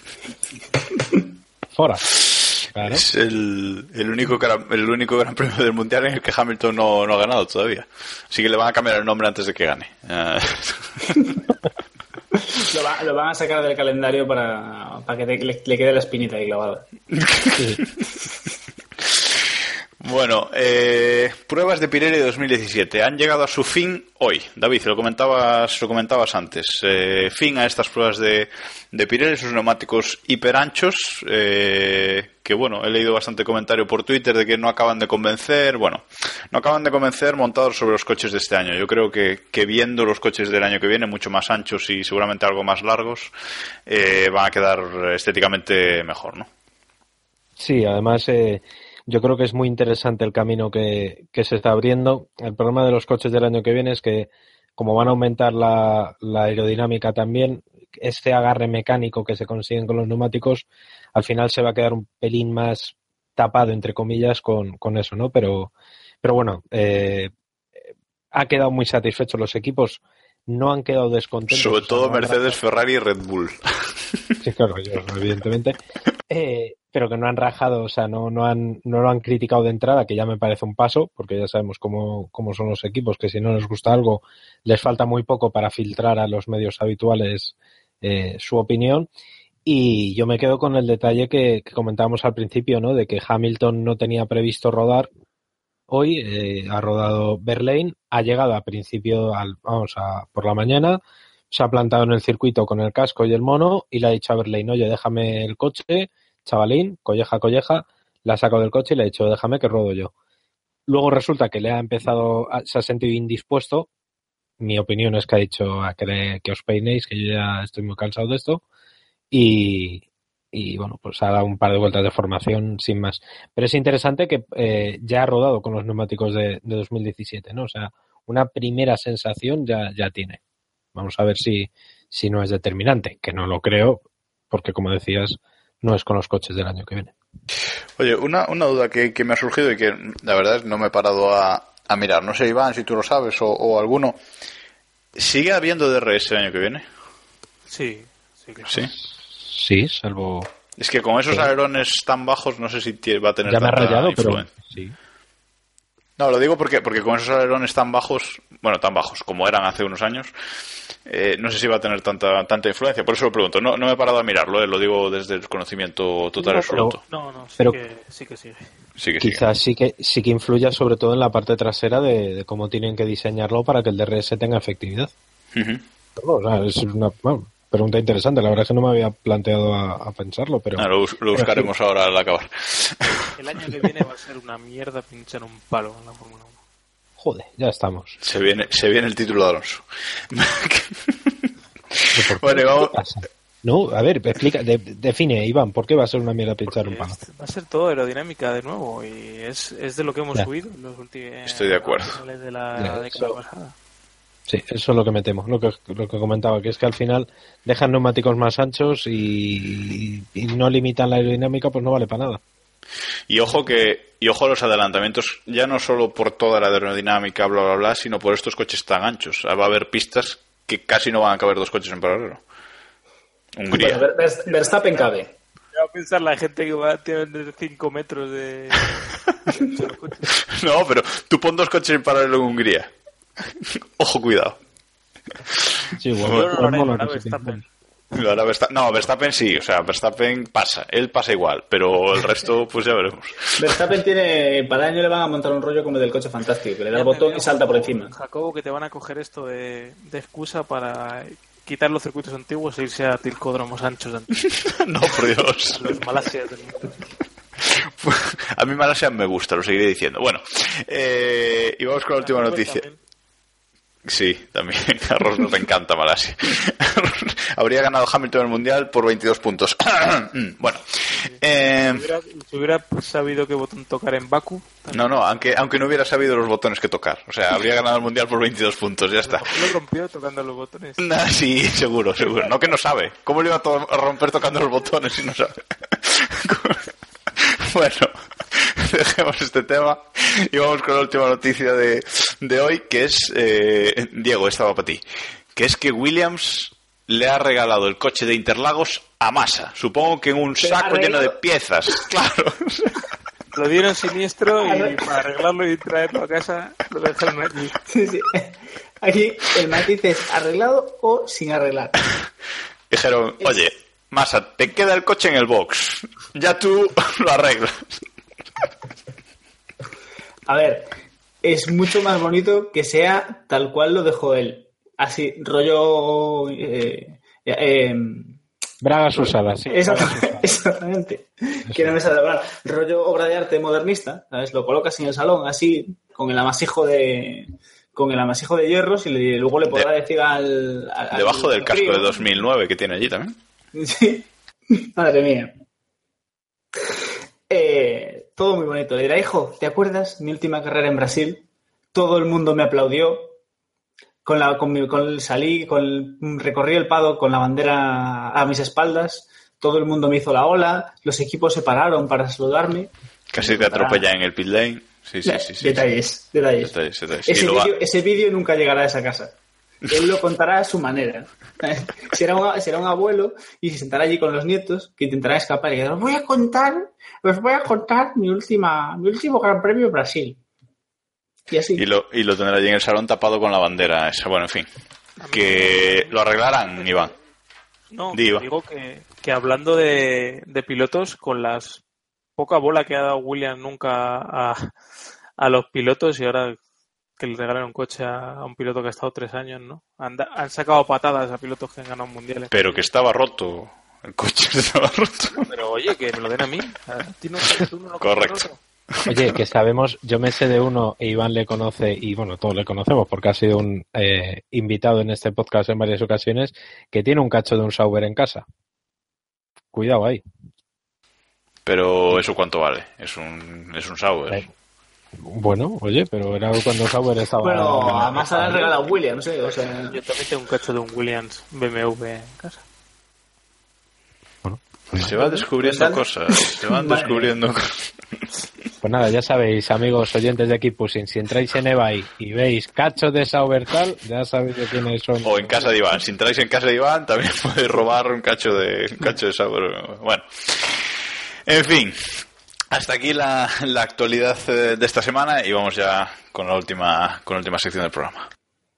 Fuera. Claro. Es el único Gran Premio del Mundial en el que Hamilton no ha ganado todavía. Así que le van a cambiar el nombre antes de que gane. Lo van a sacar del calendario para que le quede la espinita ahí clavada. Sí. Bueno, pruebas de Pirelli 2017 han llegado a su fin hoy. David, lo comentabas antes. Fin a estas pruebas de Pirelli, esos neumáticos hiperanchos, que bueno, he leído bastante comentario por Twitter de que no acaban de convencer. Bueno, no acaban de convencer montados sobre los coches de este año. Yo creo que viendo los coches del año que viene, mucho más anchos y seguramente algo más largos, van a quedar estéticamente mejor, ¿no? Sí, además yo creo que es muy interesante el camino que se está abriendo. El problema de los coches del año que viene es que, como van a aumentar la aerodinámica también, este agarre mecánico que se consiguen con los neumáticos, al final se va a quedar un pelín más tapado, entre comillas, con eso, ¿no? Pero bueno, ha quedado muy satisfechos los equipos, no han quedado descontentos. Sobre todo Mercedes, Ferrari y Red Bull. Sí, claro, ellos, evidentemente. Pero que no han rajado, o sea, no lo han criticado de entrada, que ya me parece un paso, porque ya sabemos cómo son los equipos, que si no les gusta algo, les falta muy poco para filtrar a los medios habituales su opinión. Y yo me quedo con el detalle que comentábamos al principio, ¿no? De que Hamilton no tenía previsto rodar hoy, ha rodado Verlaine, ha llegado a principio, por la mañana, se ha plantado en el circuito con el casco y el mono y le ha dicho a Verlaine, oye, déjame el coche, chavalín, colleja, la ha sacado del coche y le ha dicho, déjame que rodo yo. Luego resulta que se ha sentido indispuesto. Mi opinión es que ha dicho que os peinéis, que yo ya estoy muy cansado de esto. Y bueno, pues ha dado un par de vueltas de formación sin más. Pero es interesante que ya ha rodado con los neumáticos de 2017, ¿no? O sea, una primera sensación ya tiene. Vamos a ver si no es determinante, que no lo creo, porque como decías, no es con los coches del año que viene. Oye, una duda que me ha surgido y que la verdad es no me he parado a mirar. No sé, Iván, si tú lo sabes o alguno. ¿Sigue habiendo DRS el año que viene? Sí, claro. Sí, salvo... Es que con esos alerones tan bajos no sé si va a tener ya tanta me ha rayado, influencia. Pero sí. No, lo digo porque con esos alerones tan bajos como eran hace unos años, no sé si va a tener tanta influencia. Por eso lo pregunto. No me he parado a mirarlo, lo digo desde el conocimiento total y absoluto. Sí que sigue. Quizás sí que influya sobre todo en la parte trasera de cómo tienen que diseñarlo para que el DRS tenga efectividad. Uh-huh. O sea, es una pregunta interesante. La verdad es que no me había planteado a pensarlo, pero... lo buscaremos ahora al acabar. El año que viene va a ser una mierda pinchar un palo en la Fórmula 1. Joder, ya estamos. Se viene el título de Alonso. Bueno, vamos... No, a ver, explica, define, Iván, ¿por qué va a ser una mierda pinchar un palo? Va a ser todo aerodinámica de nuevo y es de lo que hemos subido en los últimos... Estoy de acuerdo. De la década pasada. Sí, eso es lo que me temo, lo que comentaba, que es que al final dejan neumáticos más anchos y no limitan la aerodinámica, pues no vale para nada. Y ojo a los adelantamientos, ya no solo por toda la aerodinámica, bla, bla, bla, sino por estos coches tan anchos. Va a haber pistas que casi no van a caber dos coches en paralelo. Hungría. Bueno, Verstappen cabe. Va a pensar la gente que va a tener 5 metros de... No, pero tú pon dos coches en paralelo en Hungría. Ojo, cuidado. Sí, bueno, Verstappen sí, o sea, Verstappen pasa, él pasa igual, pero el resto pues ya veremos. Verstappen para el año le van a montar un rollo como del coche fantástico, que le da el botón y salta por encima. Jacobo, que te van a coger esto de excusa para quitar los circuitos antiguos e irse a tilcódromos anchos. No, por Dios. A los Malasia del mundo. A mí Malasia me gusta, lo seguiré diciendo. Bueno, y vamos con la última noticia. Sí, también a Ross nos encanta Malasia. Habría ganado Hamilton el Mundial por 22 puntos. Bueno. Si hubiera sabido qué botón tocar en Baku... No, aunque no hubiera sabido los botones que tocar. O sea, habría ganado el Mundial por 22 puntos, ya está. ¿Lo rompió tocando los botones? Sí, seguro. No, que no sabe. ¿Cómo le iba a romper tocando los botones si no sabe? Bueno, dejemos este tema y vamos con la última noticia de hoy, que es, Diego, estaba para ti, que es que Williams le ha regalado el coche de Interlagos a Massa, supongo que en un saco lleno de piezas, claro. Lo dieron siniestro y para arreglarlo y traerlo a casa lo dejaron aquí. Sí. Aquí el matiz es arreglado o sin arreglar. Dijeron, oye, Massa, te queda el coche en el box, ya tú lo arreglas. A ver, es mucho más bonito que sea tal cual lo dejó él. Así, rollo... bragas usadas, sí. Exactamente. Que no me sale la palabra. Rollo obra de arte modernista, ¿sabes? Lo colocas en el salón así, con el amasijo de hierros y luego le podrá decir al debajo del casco de 2009 que tiene allí también. Sí. Madre mía. Todo muy bonito. Le dirá, hijo, ¿te acuerdas? Mi última carrera en Brasil. Todo el mundo me aplaudió. Recorrí el paddock con la bandera a mis espaldas. Todo el mundo me hizo la ola. Los equipos se pararon para saludarme. Casi te atropella en el pit lane. Sí. Detalles. Ese vídeo nunca llegará a esa casa. Él lo contará a su manera. Será un abuelo y se sentará allí con los nietos que intentarán escapar y dirá, os voy a contar mi último Gran Premio Brasil. Y así. Y lo tendrá allí en el salón tapado con la bandera esa. Bueno, en fin. Que lo arreglarán, Iván. No, digo que hablando de pilotos, con las poca bola que ha dado Williams nunca a los pilotos y ahora que le regalan un coche a un piloto que ha estado 3 años, ¿no? Han sacado patadas a pilotos que han ganado mundiales. Pero que estaba roto. El coche estaba roto. Pero oye, que me lo den a mí. A ti no, tú no lo correcto. Oye, que sabemos, yo me sé de uno e Iván le conoce, y bueno, todos le conocemos porque ha sido un invitado en este podcast en varias ocasiones, que tiene un cacho de un Sauber en casa. Cuidado ahí. Pero ¿eso cuánto vale? Es un Sauber. Bueno, oye, pero era cuando Sauber estaba... Bueno, además le han regalado a Williams, ¿sí? O sea... Yo también tengo un cacho de un Williams BMW en casa. Bueno, se van descubriendo cosas. Pues nada, ya sabéis, amigos oyentes de Keep-Pushing, si entráis en eBay y veis cachos de Sauber tal, ya sabéis de quiénes son. O en casa de Iván. Si entráis en casa de Iván, también podéis robar un cacho de Sauber. Bueno, en fin. Hasta aquí la actualidad de esta semana y vamos ya con la última sección del programa.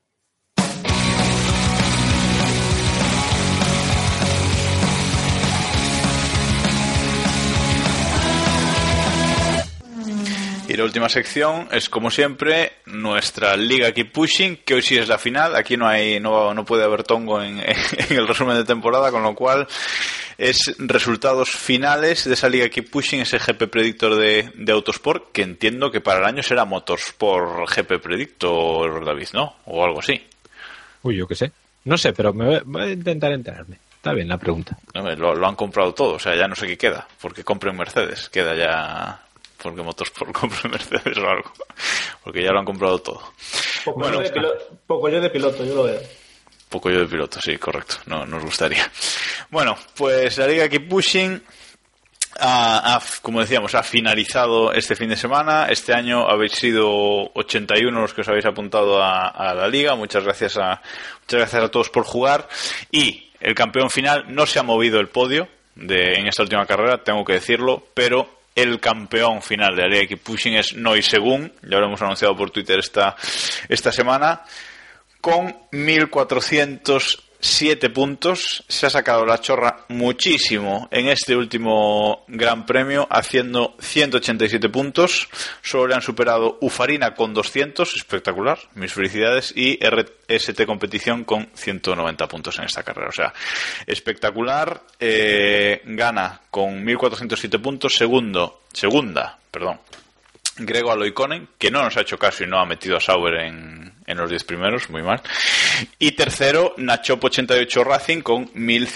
Y la última sección es, como siempre, nuestra Liga Keep Pushing, que hoy sí es la final. Aquí no puede haber tongo en el resumen de temporada, con lo cual es resultados finales de esa Liga Keep Pushing, ese GP Predictor de Autosport, que entiendo que para el año será Motorsport GP Predictor, David, ¿no? O algo así. Uy, yo qué sé. No sé, pero voy a intentar enterarme. Está bien la pregunta. No, lo han comprado todo, o sea, ya no sé qué queda, porque compren Mercedes, queda ya... Porque Motorsport compre Mercedes o algo. Porque ya lo han comprado todo. Poco yo de piloto, yo lo veo. Poco yo de piloto, sí, correcto. No nos gustaría. Bueno, pues la Liga Keep Pushing como decíamos, ha finalizado este fin de semana. Este año habéis sido 81 los que os habéis apuntado a la Liga. Muchas gracias a todos por jugar. Y el campeón final, no se ha movido el podio en esta última carrera, tengo que decirlo, pero el campeón final de la Liga Keep Pushing es Noi Según, ya lo hemos anunciado por Twitter esta semana, con 1.407 puntos. Se ha sacado la chorra muchísimo en este último Gran Premio, haciendo 187 puntos. Solo le han superado Ufarina con 200, espectacular, mis felicidades, y RST Competición con 190 puntos en esta carrera. O sea, espectacular. Gana con 1.407 puntos. Segunda, Grego Aloikonen, que no nos ha hecho caso y no ha metido a Sauber en los 10 primeros, muy mal. Y tercero, Nachop88 Racing con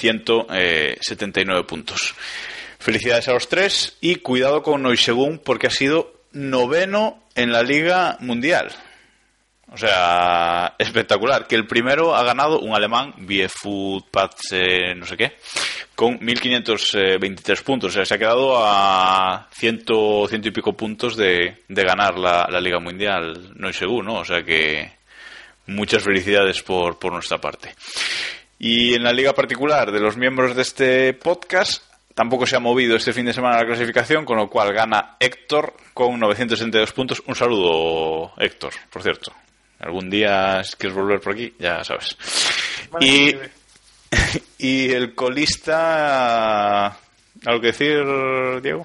1179 puntos. Felicidades a los tres y cuidado con Noisegun porque ha sido 9º en la Liga Mundial. O sea, espectacular. Que el primero ha ganado un alemán, Biefood Patz, no sé qué, con 1523 puntos. O sea, se ha quedado a 100 y pico puntos de ganar la Liga Mundial Noisegun, ¿no? O sea que muchas felicidades por nuestra parte. Y en la liga particular de los miembros de este podcast, tampoco se ha movido este fin de semana la clasificación, con lo cual gana Héctor con 972 puntos. Un saludo, Héctor, por cierto. Algún día, si quieres volver por aquí, ya sabes. Y el colista, ¿algo que decir, Diego?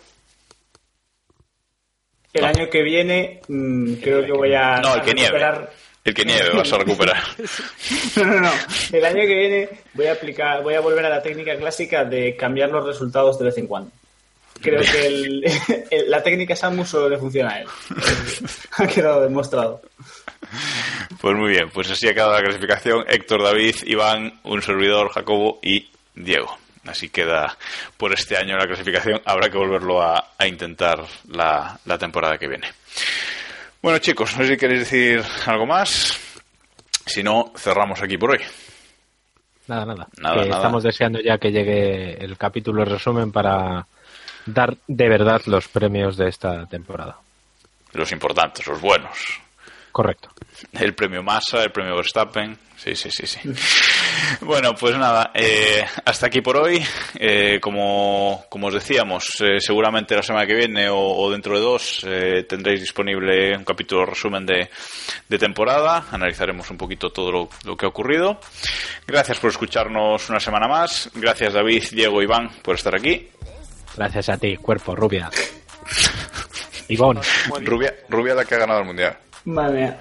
El año que viene creo que voy a... No, el que nieve. El que nieve vas a recuperar. No. El año que viene voy a volver a la técnica clásica de cambiar los resultados de vez en cuando. Creo que la técnica Samu solo le funciona a él. Ha quedado demostrado. Pues muy bien, pues así ha quedado la clasificación. Héctor, David, Iván, un servidor, Jacobo y Diego. Así queda por este año la clasificación. Habrá que volverlo a intentar la temporada que viene. Bueno, chicos, no sé si queréis decir algo más. Si no, cerramos aquí por hoy. Nada. Estamos deseando ya que llegue el capítulo resumen para dar de verdad los premios de esta temporada. Los importantes, los buenos. Correcto. El premio Massa, el premio Verstappen. Sí. Bueno, pues nada, hasta aquí por hoy. Como os decíamos, seguramente la semana que viene o dentro de 2 tendréis disponible un capítulo resumen de temporada. Analizaremos un poquito todo lo que ha ocurrido. Gracias por escucharnos una semana más. Gracias, David, Diego, Iván, por estar aquí. Gracias a ti, cuerpo, rubia. Iván. Rubia la que ha ganado el Mundial. Madre mía.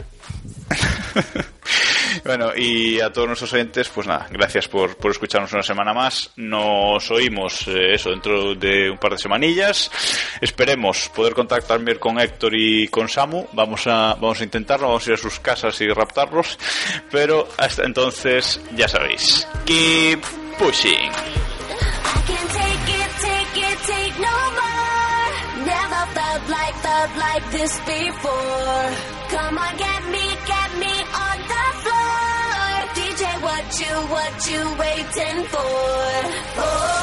Bueno, y a todos nuestros oyentes, pues nada, gracias por escucharnos una semana más. Nos oímos dentro de un par de semanillas. Esperemos poder contactar bien con Héctor y con Samu. Vamos a intentarlo, vamos a ir a sus casas y raptarlos. Pero hasta entonces, ya sabéis, keep pushing. Like this before. Come on, get me on the floor. DJ, what you waiting for? Oh.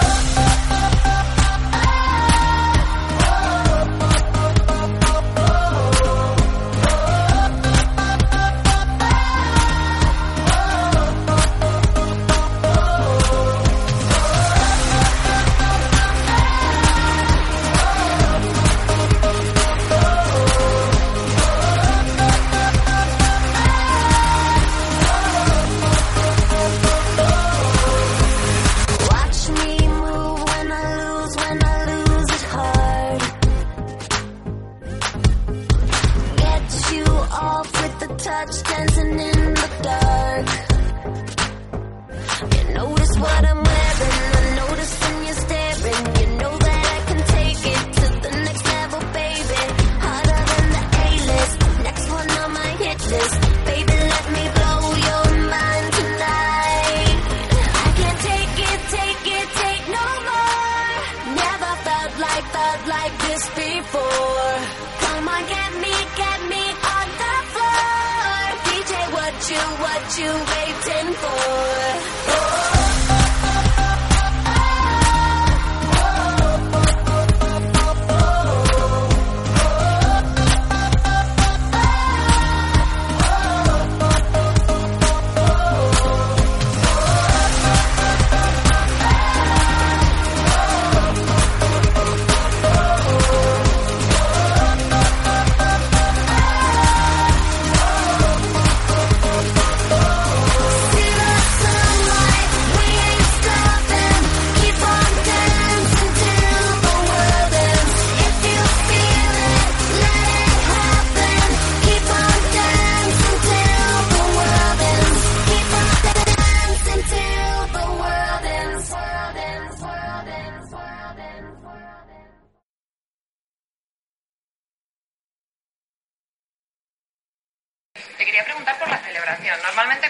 Touch dancing in the dark. You notice what I'm wearing. I notice when you're staring. You know that I can take it to the next level, baby. Harder than the A-list. Next one on my hit list. Baby, let me blow your mind tonight. I can't take it no more. Never felt like this before. Come on, get me on the floor. DJ, what you waiting for? Oh. See the sunlight.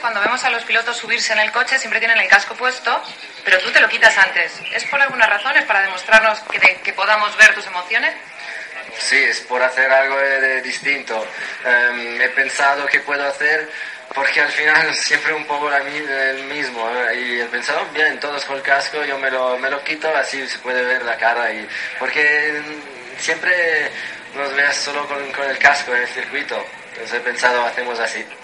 cuando vemos a los pilotos subirse en el coche siempre tienen el casco puesto, pero tú te lo quitas antes. ¿Es por alguna razón? ¿Es para demostrarnos que podamos ver tus emociones? Sí, es por hacer algo distinto. He pensado que puedo hacer, porque al final siempre un poco el mismo, y he pensado, bien, todos con el casco, yo me lo quito, así se puede ver la cara, y porque siempre nos veas solo con el casco en el circuito, entonces he pensado, hacemos así.